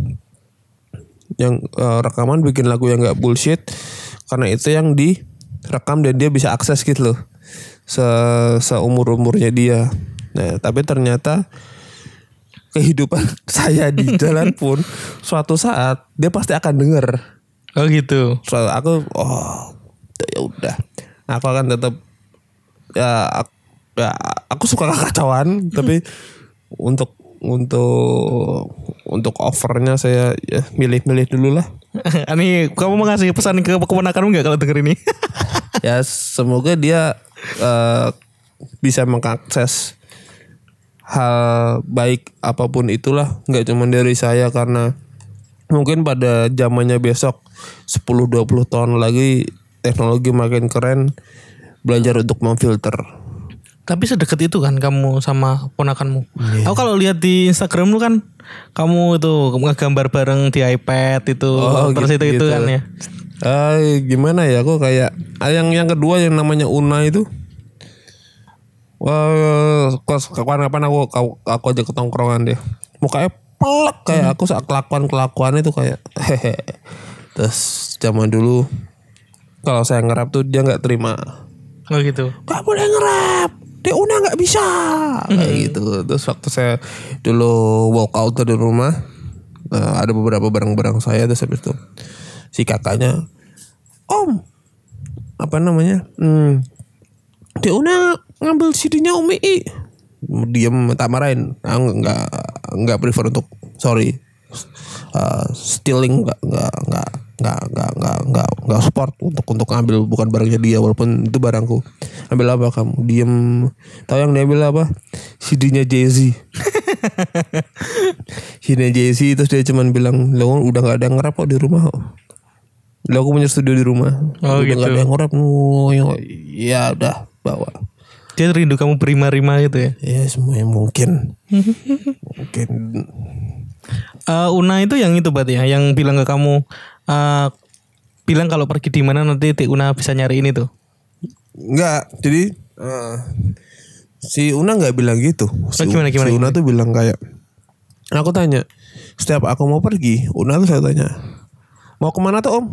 rekaman bikin lagu yang nggak bullshit, karena itu yang direkam dan dia bisa akses gitu loh, seumur-umurnya dia. Nah tapi ternyata kehidupan saya di jalan pun suatu saat dia pasti akan denger. Oh gitu. So, aku ya udah, aku akan tetap ya aku suka kekacauan, tapi untuk offernya saya ya milih dulu lah. Ini kamu mau ngasih pesan ke keponakanmu nggak kalau denger ini? Ya semoga dia bisa mengakses hal baik apapun itulah, nggak cuma dari saya, karena mungkin pada zamannya besok 10-20 tahun lagi teknologi makin keren, belajar untuk memfilter. Tapi sedekat itu kan kamu sama ponakanmu. Aku kalau lihat di Instagram lu kan kamu itu ngegambar bareng di iPad itu, terus itu kan ya. Gimana ya, aku kayak yang kedua yang namanya Una itu. Kapan-kapan aku aja ketongkrongan dia. Mukanya pelek kayak aku saat kelakuan itu kayak hehe. Terus zaman dulu kalau saya ngerap tuh dia nggak terima. Oh gitu. Gak boleh ngerap, dia Una nggak bisa kayak gitu. Terus waktu saya dulu walk out dari rumah, ada beberapa barang-barang saya, terus habis itu si kakaknya, Om, apa namanya, dia Una ngambil CD-nya Om Ii. Diam, tak marahin. Nggak prefer untuk stealing, nggak support untuk ngambil bukan barangnya dia, walaupun itu barangku. Ambil apa kamu? Diam. Tahu yang dia ambil apa? CD-nya Jay-Z. CD-nya Jay-Z, terus dia cuman bilang, "Lo udah nggak ada yang ngerap kok di rumah." Lo aku punya studio di rumah. Oh udah gitu. Gak ada yang ngerap. Ya udah bawa. Dia rindu kamu berima-rima gitu ya. Ya semua yang mungkin. Mungkin. Una itu yang itu berarti ya, yang bilang ke kamu, bilang kalau pergi di mana nanti Una bisa nyariin itu. Enggak, jadi si Una nggak bilang gitu. Gimana? Si Una tuh bilang kayak, aku tanya, setiap aku mau pergi, Una tuh saya tanya, mau kemana tuh Om?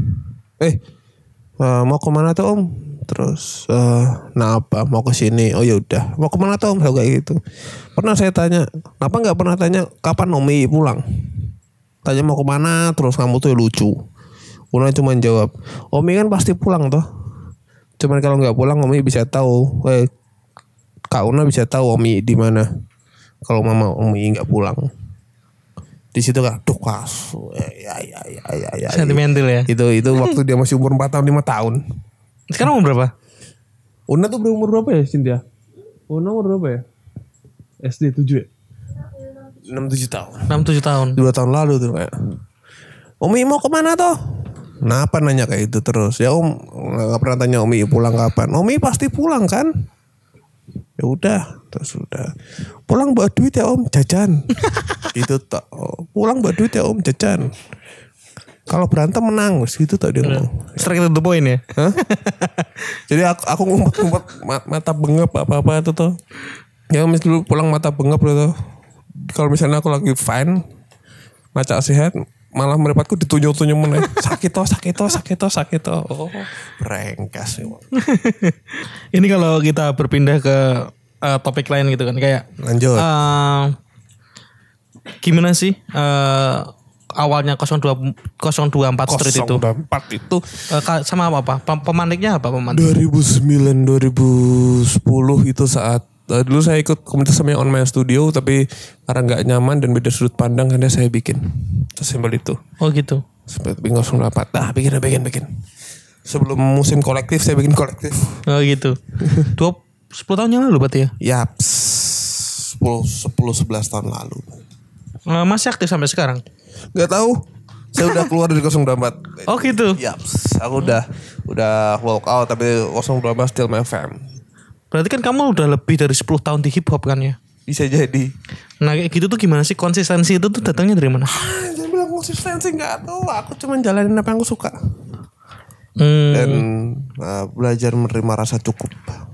Mau kemana tuh Om? Terus, nah apa? Mau ke sini? Oh ya udah. Mau kemana tuh Om? Kayak gitu. Pernah saya tanya, kenapa nggak pernah tanya kapan Omi pulang? Tanya mau kemana? Terus kamu tuh lucu. Una cuma jawab, Omi kan pasti pulang toh. Cuman kalau nggak pulang Omi bisa tahu. Kak Una bisa tahu Omi di mana. Kalau Mama Omi nggak pulang. Di situ kan, duh kas. Ya. Sentimental ya. Itu waktu dia masih umur 4 tahun 5 tahun. Sekarang umur berapa? Una tuh berumur berapa ya Cynthia? Una umur berapa ya? SD 7 ya? 6-7 tahun. 6-7 tahun. 2 tahun lalu tuh kayak, Umi mau kemana tuh? Kenapa nanya kayak itu terus? Ya Om nggak pernah tanya Umi pulang kapan. Umi pasti pulang kan? Ya udah, terus udah. Pulang bawa duit ya Om, jajan. Gitu tak. Pulang bawa duit ya Om, jajan. Kalau berantem menang, gitu tak dia ngomong. Strike to the point ya. Hah? Jadi aku ngumpet mata bengap apa itu tuh. Ya mis dulu pulang mata bengap gitu. Kalau misalnya aku lagi fine, maca sehat, malah meripatku ditunjuk-tunjuk meneh. Sakit toh. Oh, brengkas. Ini kalau kita berpindah ke topik lain gitu kan, kayak Lanjut. gimana sih awalnya 024 Street itu? 024 itu Sama apa? Pemantiknya apa pemantik? 2009 2010 itu saat dulu saya ikut komunitas namanya On My Studio, tapi karena nggak nyaman dan beda sudut pandang, akhirnya saya bikin sesimpel itu. Oh gitu. Seperti 024. Bikin. Sebelum musim kolektif saya bikin kolektif. Oh gitu. 10 tahun yang lalu berarti ya? Yap. 10-11 tahun lalu. Masih aktif sampai sekarang? Gak tahu. Saya udah keluar dari 024. Oh gitu. Yap. Aku udah walk out, tapi 024 still my fam. Berarti kan kamu udah lebih dari 10 tahun di hip hop kan ya? Bisa jadi. Nah kayak gitu tuh gimana sih, konsistensi itu tuh datangnya dari mana? Jangan bilang konsistensi, gak tahu. Aku cuma jalanin apa yang aku suka. Dan belajar menerima rasa cukup.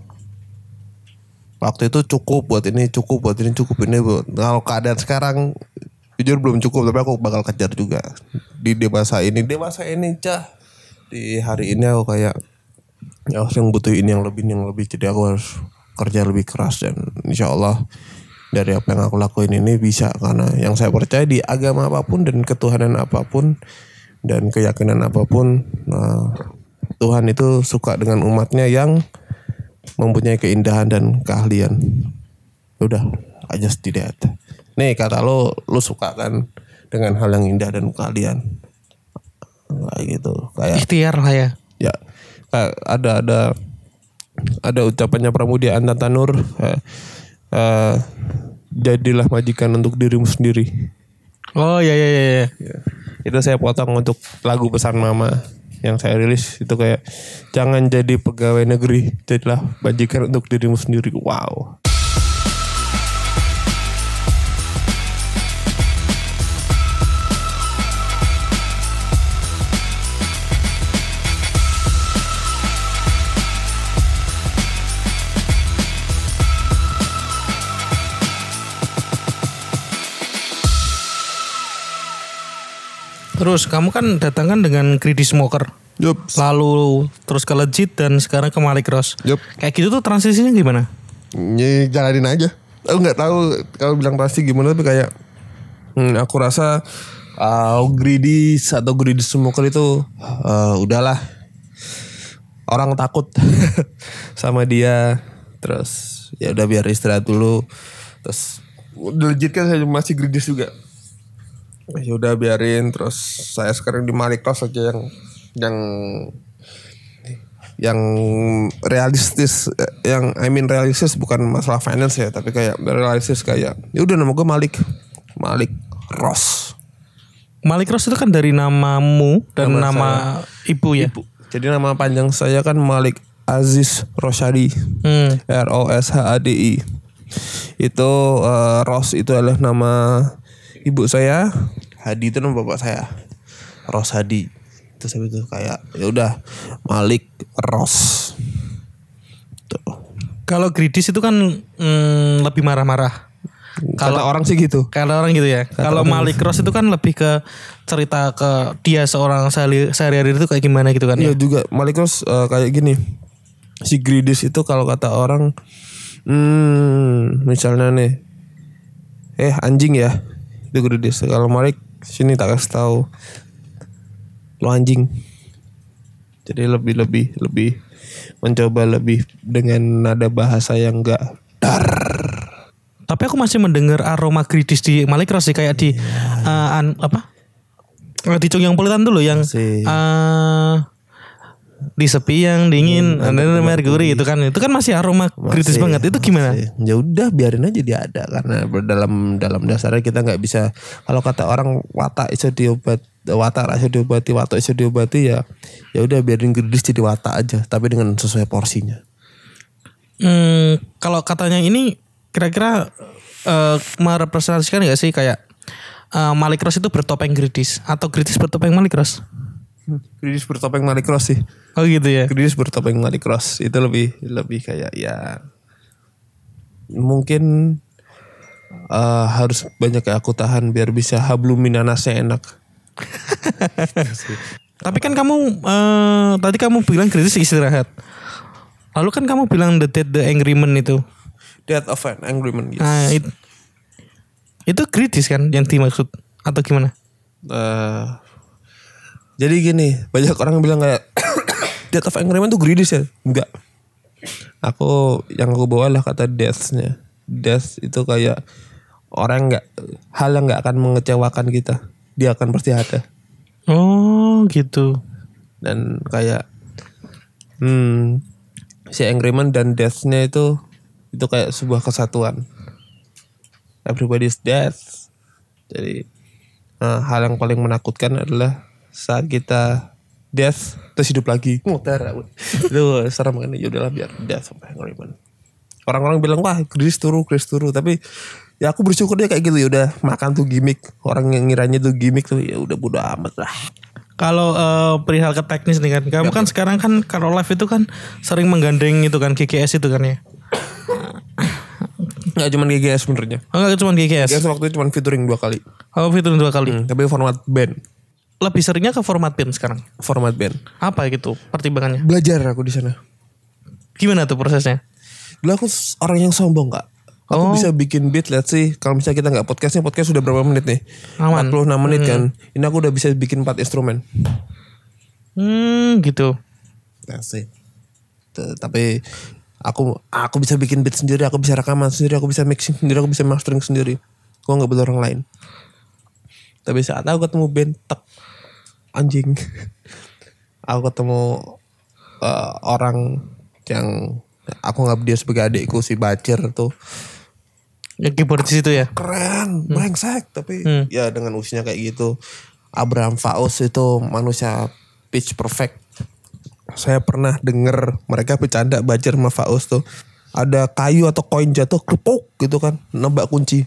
Waktu itu cukup buat ini, cukup buat ini. Kalau keadaan sekarang jujur belum cukup, tapi aku bakal kejar juga. Di dewasa ini cah. Di hari ini aku kayak ya yang butuh ini yang lebih. Jadi aku harus kerja lebih keras, dan insya Allah dari apa yang aku lakuin ini bisa, karena yang saya percaya di agama apapun dan ketuhanan apapun dan keyakinan apapun, Tuhan itu suka dengan umatnya yang mempunyai keindahan dan keahlian. Udah, I just did that. Nih kata lo suka kan dengan hal yang indah dan keahlian. kayak gitu. Kayak Ikhtiar lah ya. ya kayak ada ucapannya Pramudia Anantanur, jadilah majikan untuk dirimu sendiri. Oh iya. Ya. Itu saya potong untuk lagu Pesan Mama yang saya rilis. Itu kayak jangan jadi pegawai negeri, jadilah majikan untuk dirimu sendiri. Wow. Terus kamu kan datang kan dengan Greedy Smoker. Yup. Lalu terus ke Legit dan sekarang ke Malikross. Yup. Kayak gitu tuh transisinya gimana? Ya, jalanin aja. Aku nggak tahu kalau bilang pasti gimana, tapi kayak aku rasa Greedy atau Greedy Smoker itu udahlah, orang takut sama dia. Terus ya udah biar istirahat dulu. Terus Legit kan saya masih Greedy juga. Ya udah biarin. Terus saya sekarang di Malikross aja yang realistis, yang realistis bukan masalah finance ya, tapi kayak realistis kayak ya udah, nama gue Malik Ross. Malikross itu kan dari namamu dan nama ibu ya. Jadi nama panjang saya kan Malik Aziz Roshadi. ROSHADI. Itu Ross itu adalah nama ibu saya, Hadi itu nama bapak saya, Ross Hadi. Terus habis itu kayak ya udah Malik Ross. Tuh. Kalau Gridis itu kan lebih marah-marah. Kalau orang sih gitu. Kalau orang gitu ya. Kalau Malikross itu kan lebih ke cerita ke dia seorang sehari-hari itu kayak gimana gitu kan. Iya ya? juga Malikross kayak gini. Si Gridis itu kalau kata orang misalnya nih anjing ya, itu Gridis. Kalau Malik sini tak kasih tahu lo anjing. Jadi lebih mencoba lebih dengan nada bahasa yang enggak dar. Tapi aku masih mendengar aroma Gridis di Malikross sih, kayak di di Cung yang Politan dulu yang di sepi yang dingin ada Mercury itu kan masih aroma Gridis banget. Itu gimana? Ya udah biarin aja dia ada, karena dalam dasarnya kita nggak bisa, kalau kata orang watak iso diobati, watak iso diobati, ya udah biarin Gridis jadi watak aja, tapi dengan sesuai porsinya. Kalau katanya ini kira-kira merepresentasikan nggak sih kayak Malikross itu bertopeng Gridis atau Gridis bertopeng Malikross? Gridis bertopeng Malikross sih. Oh gitu ya. Gridis bertopeng Malikross itu lebih kayak ya mungkin harus banyak yang aku tahan biar bisa hablumin nanasnya enak. Tapi kan kamu tadi kamu bilang Gridis istirahat. Lalu kan kamu bilang the Angry Man itu. Death of an Angry Man. Yes. Nah, itu Gridis kan yang dimaksud atau gimana? Jadi gini, banyak orang bilang kayak Death of Angry Man tuh Gridis ya. Enggak. Yang aku bawa lah kata death-nya. Death itu kayak hal yang nggak akan mengecewakan kita. Dia akan pasti ada. Oh gitu. Dan kayak si Angry Man dan death-nya itu kayak sebuah kesatuan. Everybody's death. Jadi hal yang paling menakutkan adalah saat kita death terus hidup lagi. Itu serem kan. Ya udahlah biar death sampai Angry Man. Orang-orang bilang wah Gridis turu, tapi ya aku bersyukur dia kayak gitu. Ya udah makan tuh gimmick. Orang yang ngiranya tuh gimmick tuh ya udah bodo amat lah. Kalau perihal ke teknis nih kan, kamu kan sekarang kan kalau live itu kan sering menggandeng itu kan GGS itu kan ya. Nggak cuma GGS sebenarnya. Oh nggak cuma GGS. GGS waktu itu cuma featuring 2 kali. Oh featuring 2 kali. Tapi format band. Lebih seringnya ke format band sekarang. Format band. Apa gitu pertimbangannya? Belajar aku di sana. Gimana tuh prosesnya? Dulu aku orang yang sombong kak. Aku bisa bikin beat, let's see. Kalau misalnya kita nggak podcast sudah berapa menit nih? Aman. 46 menit kan. Ini aku udah bisa bikin 4 instrumen. Gitu. Let's see. Tapi aku bisa bikin beat sendiri, aku bisa rekaman sendiri, aku bisa mixing sendiri, aku bisa mastering sendiri. Aku nggak butuh orang lain. Tapi saat aku ketemu band, anjing. Aku ketemu orang yang aku nganggap dia sebagai adikku, si Bacir tuh. Yang keyboardis itu ya? Keren, brengsek, tapi ya dengan usianya kayak gitu. Abraham Faus itu manusia pitch perfect. Saya pernah denger mereka bercanda Bacir sama Faus tuh. Ada kayu atau koin jatuh, klepuk gitu kan, nembak kunci.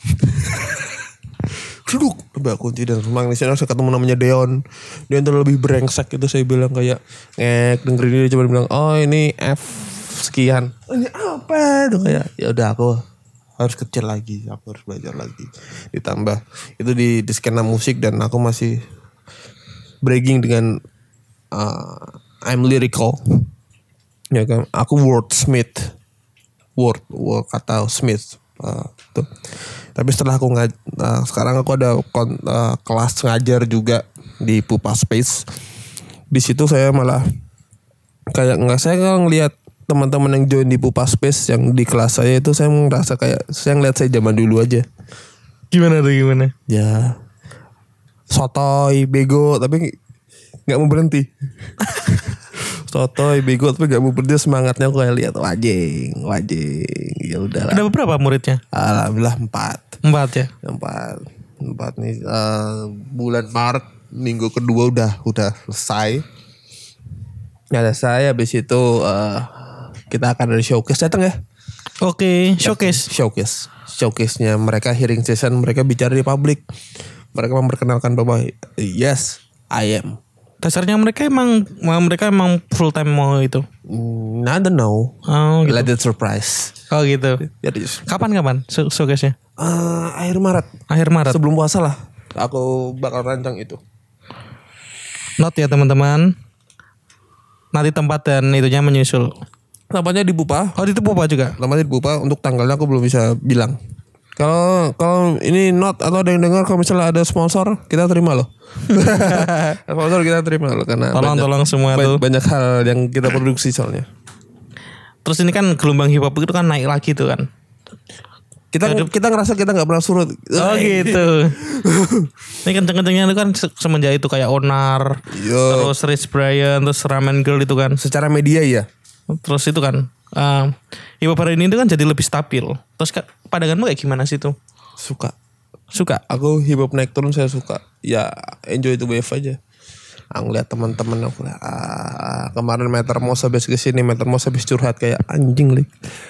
Duduk nembak kunci. Dan memang di sana saya ketemu namanya Deon. Deon tuh lebih brengsek itu, saya bilang kayak dengerin dia coba bilang, oh ini F sekian. Ini apa? Tuh kayak ya udah aku harus kecil lagi, aku harus belajar lagi. Ditambah itu di skena musik dan aku masih bragging dengan I'm lyrical. Ya kan, aku wordsmith. Word kata Smith tuh. Tapi setelah aku sekarang aku ada kelas ngajar juga di Pupa Space. Di situ saya malah kayak saya kalau ngelihat teman-teman yang join di Pupa Space yang di kelas saya itu, saya merasa kayak saya ngeliat saya zaman dulu aja. Gimana tuh gimana? Ya sotoy, bego, tapi nggak mau berhenti. Sotoy, bego, tapi nggak mau berhenti. Semangatnya aku kayak lihat wajing. Ya udahlah. Ada berapa muridnya? Alhamdulillah 4 ya? 4 nih. Bulan Maret minggu kedua udah selesai. Ada saya, habis itu kita akan ada showcase, datang ya. Oke, showcase. Showcase-nya mereka hearing session, mereka bicara di publik. Mereka memperkenalkan bahwa yes, I am. Dasarnya mereka emang full time mau itu. I don't know. Oh gitu. Let it surprise. Oh gitu. Jadi Kapan showcase-nya? Akhir Maret. Sebelum puasa lah. Aku bakal rancang itu. Note ya teman-teman. Nanti tempat dan itunya menyusul. Tempatnya di Pupa. Oh di Pupa juga. Tempatnya di Pupa. Untuk tanggalnya aku belum bisa bilang. Kalau ini not atau ada yang dengar, kalau misalnya ada sponsor, kita terima loh. Sponsor kita terima loh, karena tolong semua tuh. Banyak hal yang kita produksi soalnya. Terus ini kan gelombang hip hop itu kan naik lagi tuh kan. Kita ngerasa kita nggak pernah surut. Oh gitu. Ini kenceng-kencengnya itu kan semenjak itu kayak Onar, terus Rich Brian, terus Ramen Girl itu kan. Secara media ya. Terus itu kan hip hop hari ini itu kan jadi lebih stabil. Terus pandanganmu kayak gimana sih tuh? Suka. Aku hip hop naik turun saya suka. Ya enjoy the wave aja. Aku lihat teman-teman aku lihat, kemarin Metermos habis kesini, Metermos habis curhat kayak anjing lik.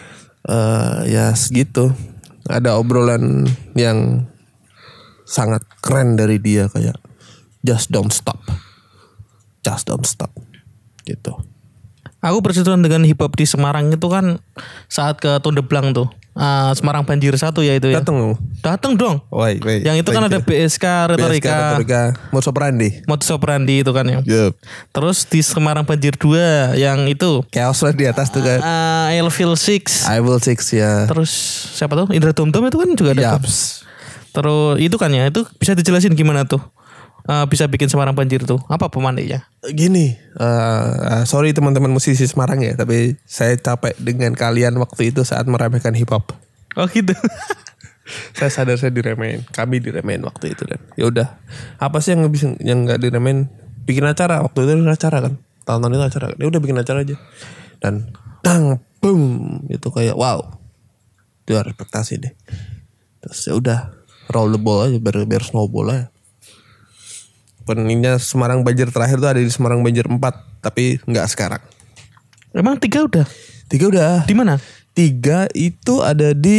Ya segitu. Ada obrolan yang sangat keren dari dia kayak just don't stop gitu. Aku bersentuhan dengan hip hop di Semarang itu kan saat ke Tondeblang tuh. Semarang Banjir 1 ya itu ya. Datang dong. Yang itu kan ada BSK Retorika Modus Operandi itu kan ya. Yep. Terus di Semarang Banjir 2 yang itu Chaos lah di atas tuh kan. I Will 6 ya. Terus siapa tuh? Indra Tomtom itu kan juga ada. Terus itu kan ya, itu bisa dijelasin gimana tuh? Bisa bikin Semarang Banjir tuh. Apa pemantiknya? Gini, sorry teman-teman musisi Semarang ya, tapi saya capek dengan kalian waktu itu saat meremehkan hip hop. Oh gitu. Saya sadar saya diremehin, kami diremehin waktu itu dan ya udah. Apa sih yang nggak diremehin? Bikin acara, waktu itu acara kan. Tahun-tahun itu acara. Ya udah bikin acara aja. Dan boom, itu kayak wow. Itu harus ekspektasi deh. Terus ya udah, roll the ball aja, biar snowball aja. Peningnya Semarang Banjir terakhir tuh ada di Semarang Banjir 4, tapi nggak sekarang. Emang 3 udah? 3 udah. Di mana? 3 itu ada di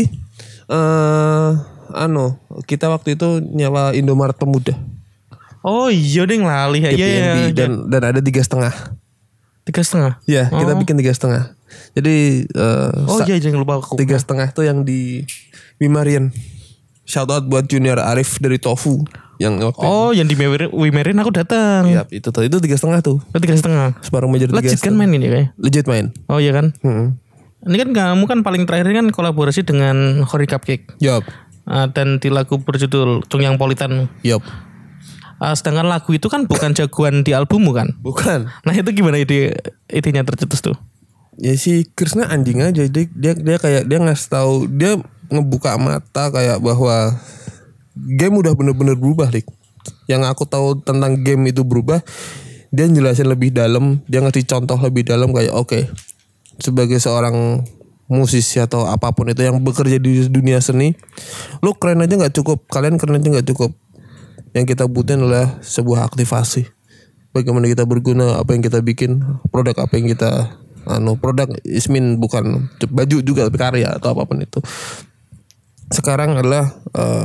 kita waktu itu nyawa Indomaret Pemuda. Oh iya deh ngelali ya. Iya. Dan ada 3,5. 3,5? Iya, kita bikin 3,5. Jadi jangan lupa aku. 3,5 tuh yang di Wimarian. Shout out buat Junior Arif dari Tofu. Yang yang di Wimerin aku datang. Iya, itu 3,5 tuh. 3,5. Semarang Banjir 3,5. Legit kan main ini kayak? Legit main. Oh iya kan? Ini kan kamu kan paling terakhir kan kolaborasi dengan Hori Cupcake. Yup. Dan di lagu berjudul Cungyang Politan. Yup. Sedangkan lagu itu kan bukan jagoan di albummu kan? Bukan. Nah itu gimana idenya tercetus tuh? Ya si Krisna anjing aja. Dia kayak dia ngasih tahu, dia ngebuka mata kayak bahwa game udah bener-bener berubah, Lik. yang aku tahu tentang game itu berubah, dia jelasin lebih dalam, dia ngasih contoh lebih dalam kayak oke, sebagai seorang musisi atau apapun itu yang bekerja di dunia seni, lu keren aja nggak cukup, kalian keren aja nggak cukup. Yang kita butuhin adalah sebuah aktivasi. Bagaimana kita berguna, apa yang kita bikin, produk apa yang kita produk ismin bukan baju juga tapi karya atau apapun itu. Sekarang adalah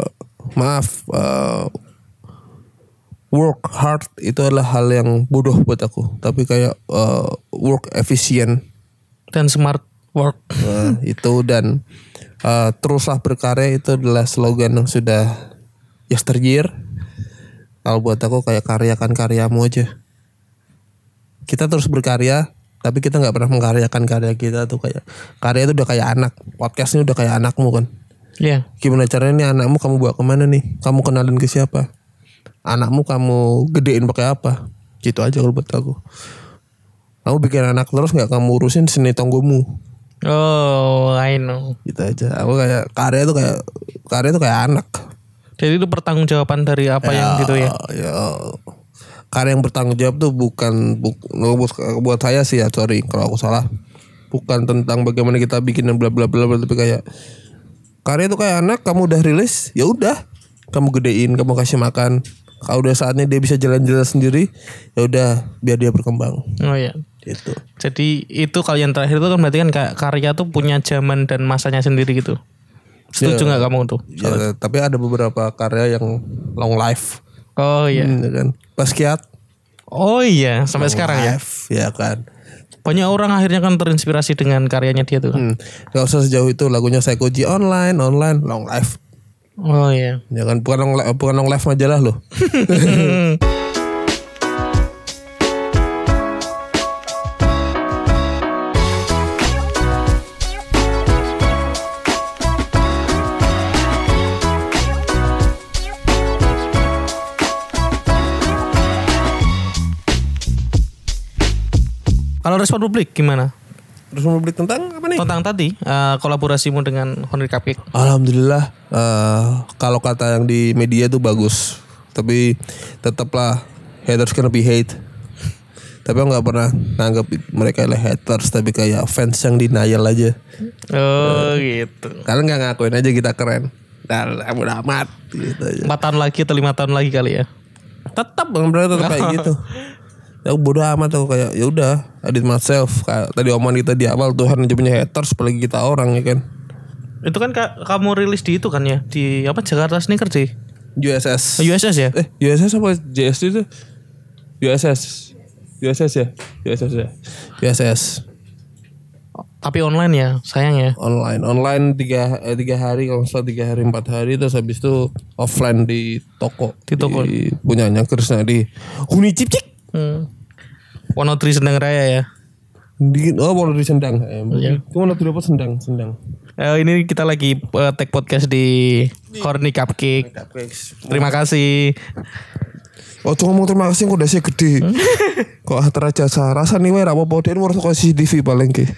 work hard itu adalah hal yang bodoh buat aku, tapi kayak work efisien Dan smart work. itu dan teruslah berkarya itu adalah slogan yang sudah yesteryear. Kalau buat aku kayak karyakan karyamu aja. Kita terus berkarya, tapi kita nggak pernah mengkaryakan karya kita tuh kayak karya itu udah kayak anak, podcast ini udah kayak anakmu kan. Iya. Gimana caranya nih anakmu kamu bawa kemana nih? Kamu kenalin ke siapa? Anakmu kamu gedein pakai apa? Gitu aja kalau buat aku. Kamu bikin anak terus nggak kamu urusin seni tonggomu. Oh, I know. Gitu aja. Aku kayak karya itu kayak anak. Jadi itu pertanggungjawaban dari apa yang gitu ya. Karya yang bertanggung jawab tuh bukan buat saya sih ya, sorry kalau aku salah. Bukan tentang bagaimana kita bikin dan bla bla bla, tapi kayak karya itu kayak anak, kamu udah rilis, ya udah, kamu gedein, kamu kasih makan. Kalau udah saatnya dia bisa jalan-jalan sendiri, ya udah biar dia berkembang. Oh iya. Gitu. Jadi itu kalau yang terakhir itu kan berarti kan kayak karya tuh punya zaman dan masanya sendiri gitu. Setuju nggak kamu tuh? Ya, tapi ada beberapa karya yang long life. Oh iya. Kan. Basquiat. Oh iya, sampai long sekarang life, ya kan. Banyak orang akhirnya kan terinspirasi dengan karyanya dia tuh. Gak usah sejauh itu, lagunya saya uji online, long life. Oh iya. Ya kan, bukan long life majalah loh. Kalau respon publik gimana? Respon publik tentang apa nih? Tentang tadi kolaborasimu dengan Honey Cupcake. Alhamdulillah, kalau kata yang di media tuh bagus, tapi tetaplah haters gonna be hate. Tapi aku nggak pernah nanggap mereka adalah haters, tapi kayak fans yang denial aja. Oh gitu. Kalian nggak ngakuin aja kita keren. Dan udah amat gitu aja. 4 tahun lagi atau 5 tahun lagi kali ya. Tetap kayak gitu. Ya bodoh amat aku kayak ya udah, I did myself. Kayak tadi omongan kita di awal, Tuhan aja punya haters, apalagi kita orang ya kan. Itu kan kamu rilis di itu kan ya, di apa, Jakarta Sneaker sih? USS. USS ya? USS apa JST itu? USS ya. USS. Tapi online ya, sayang ya. Online 3 hari, kalau salah 3 hari 4 hari, terus habis itu offline di toko. Di toko. Punyanya Krisna di Huni Cipcik. Wonodri Sendang Raya ya. Wonodri Sendang. Iya. Wonodri apa Sendang. Ini kita lagi take podcast di Honey Cupcake. Terima kasih. Oh, cuma ngomong terima kasih kok udah sih gede. Kok Hatta Jasa rasa nih wae ra apa-apa dhewe harus CCTV paling ki.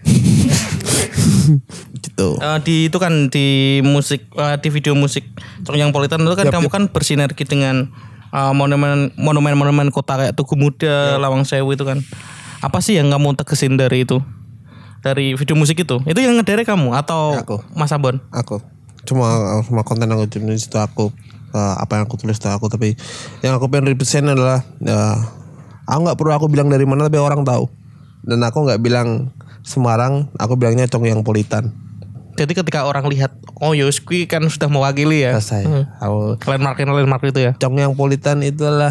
Gitu. Di itu kan di musik, di video musik Yang Politan itu kan kamu kan bersinergi dengan monumen kota kayak Tugu Muda, Lawang Sewu itu kan. Apa sih yang kamu tegesin dari itu? Dari video musik itu? Itu yang ngederek kamu atau Mas Ambon? Aku. Cuma konten aku jenis itu aku apa yang aku tulis itu aku, tapi yang aku pengen represent adalah aku nggak perlu aku bilang dari mana, tapi orang tahu. Dan aku nggak bilang Semarang, aku bilangnya Cong Yang Politan. Jadi ketika orang lihat, oh Yoski kan sudah mewakili ya. Selesai. Landmark itu ya. Cong Yang Politan itu adalah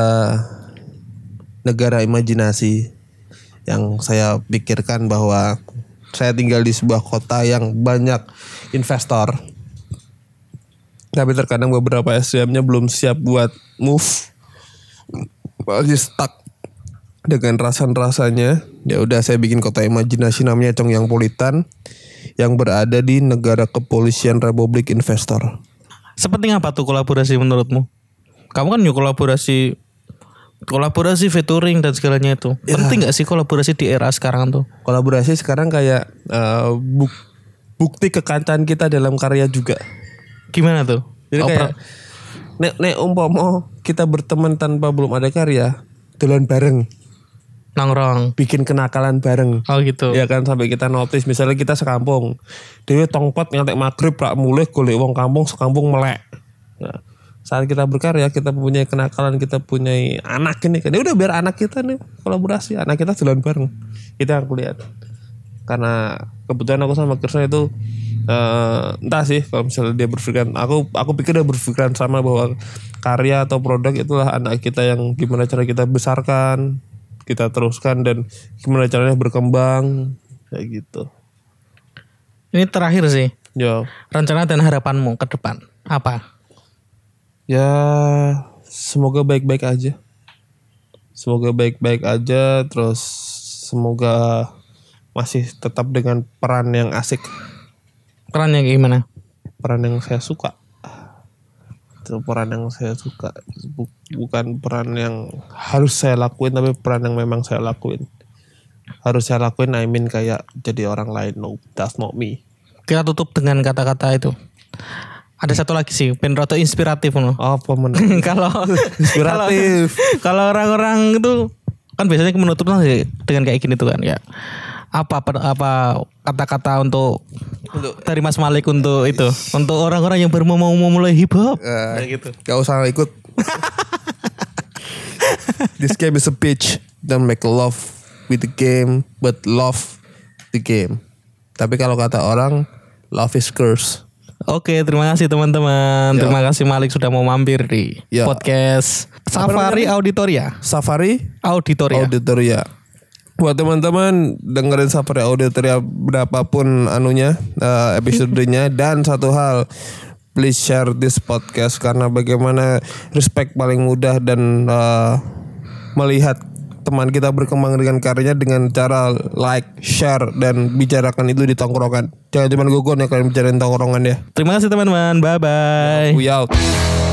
negara imajinasi yang saya pikirkan bahwa saya tinggal di sebuah kota yang banyak investor. Tapi terkadang beberapa SDM-nya belum siap buat move. Masih stuck dengan rasanya. Ya udah saya bikin kota imajinasi namanya Cong Yang Politan, yang berada di negara kepolisian Republik Investor. Sepenting apa tuh kolaborasi menurutmu? Kamu kan yuk kolaborasi featuring dan segalanya itu. Ya. Penting gak sih kolaborasi di era sekarang tuh? Kolaborasi sekarang kayak bukti kekancaan kita dalam karya juga. Gimana tuh? Jadi kayak nek umpama kita berteman tanpa belum ada karya, dolan bareng, Nongkrong. bikin kenakalan bareng. Oh gitu. Ya kan sampai kita notice misalnya kita sekampung. Dewe tongpot ngantek maghrib rak mulih golek wong kampung sekampung melek. Nah, saat kita berkarya kita punya kenakalan, kita punya anak ini kan. Ya udah biar anak kita nih kolaborasi, anak kita jalan bareng. Itu yang aku lihat. Karena kebetulan aku sama Kirsa itu entah sih kalau misalnya dia berpikiran, aku pikir dia berpikiran sama bahwa karya atau produk itulah anak kita yang gimana cara kita besarkan, kita teruskan dan gimana caranya berkembang kayak gitu. Ini terakhir sih. Ya, Rencana dan harapanmu ke depan apa? ya semoga baik-baik aja. Semoga baik-baik aja, terus semoga masih tetap dengan peran yang asik, Perannya kayak gimana? peran yang saya suka. Itu peran yang saya suka, bukan peran yang harus saya lakuin, tapi peran yang memang saya lakuin. Harus saya lakuin, I mean kayak jadi orang lain. No, that's not me. Kita tutup dengan kata-kata itu. Ada satu lagi sih, pen roto inspiratif loh. Apa Kalau inspiratif? kalau orang-orang itu kan biasanya menutup dengan kayak gini tuh kan ya. Apa kata-kata untuk dari Mas Malik untuk itu, untuk orang-orang yang baru mau mulai hip hop kayak gitu. Gak usah ikut. This game is a bitch. Don't make love with the game, but love the game. Tapi kalau kata orang, love is curse. Oke, terima kasih teman-teman. Ya. Terima kasih Malik sudah mau mampir di Ya. podcast Safari Auditoria. Safari Auditoria. Auditoria. Buat teman-teman dengerin Safari Auditoria berapapun anunya episodenya. Dan satu hal, please share this podcast, karena bagaimana respect paling mudah dan melihat teman kita berkembang dengan karyanya dengan cara like, share, dan bicarakan itu di tongkrongan. Jangan cuma gugon ya kalian bicarain tongkrongan ya. Terima kasih teman-teman. Bye bye. We out.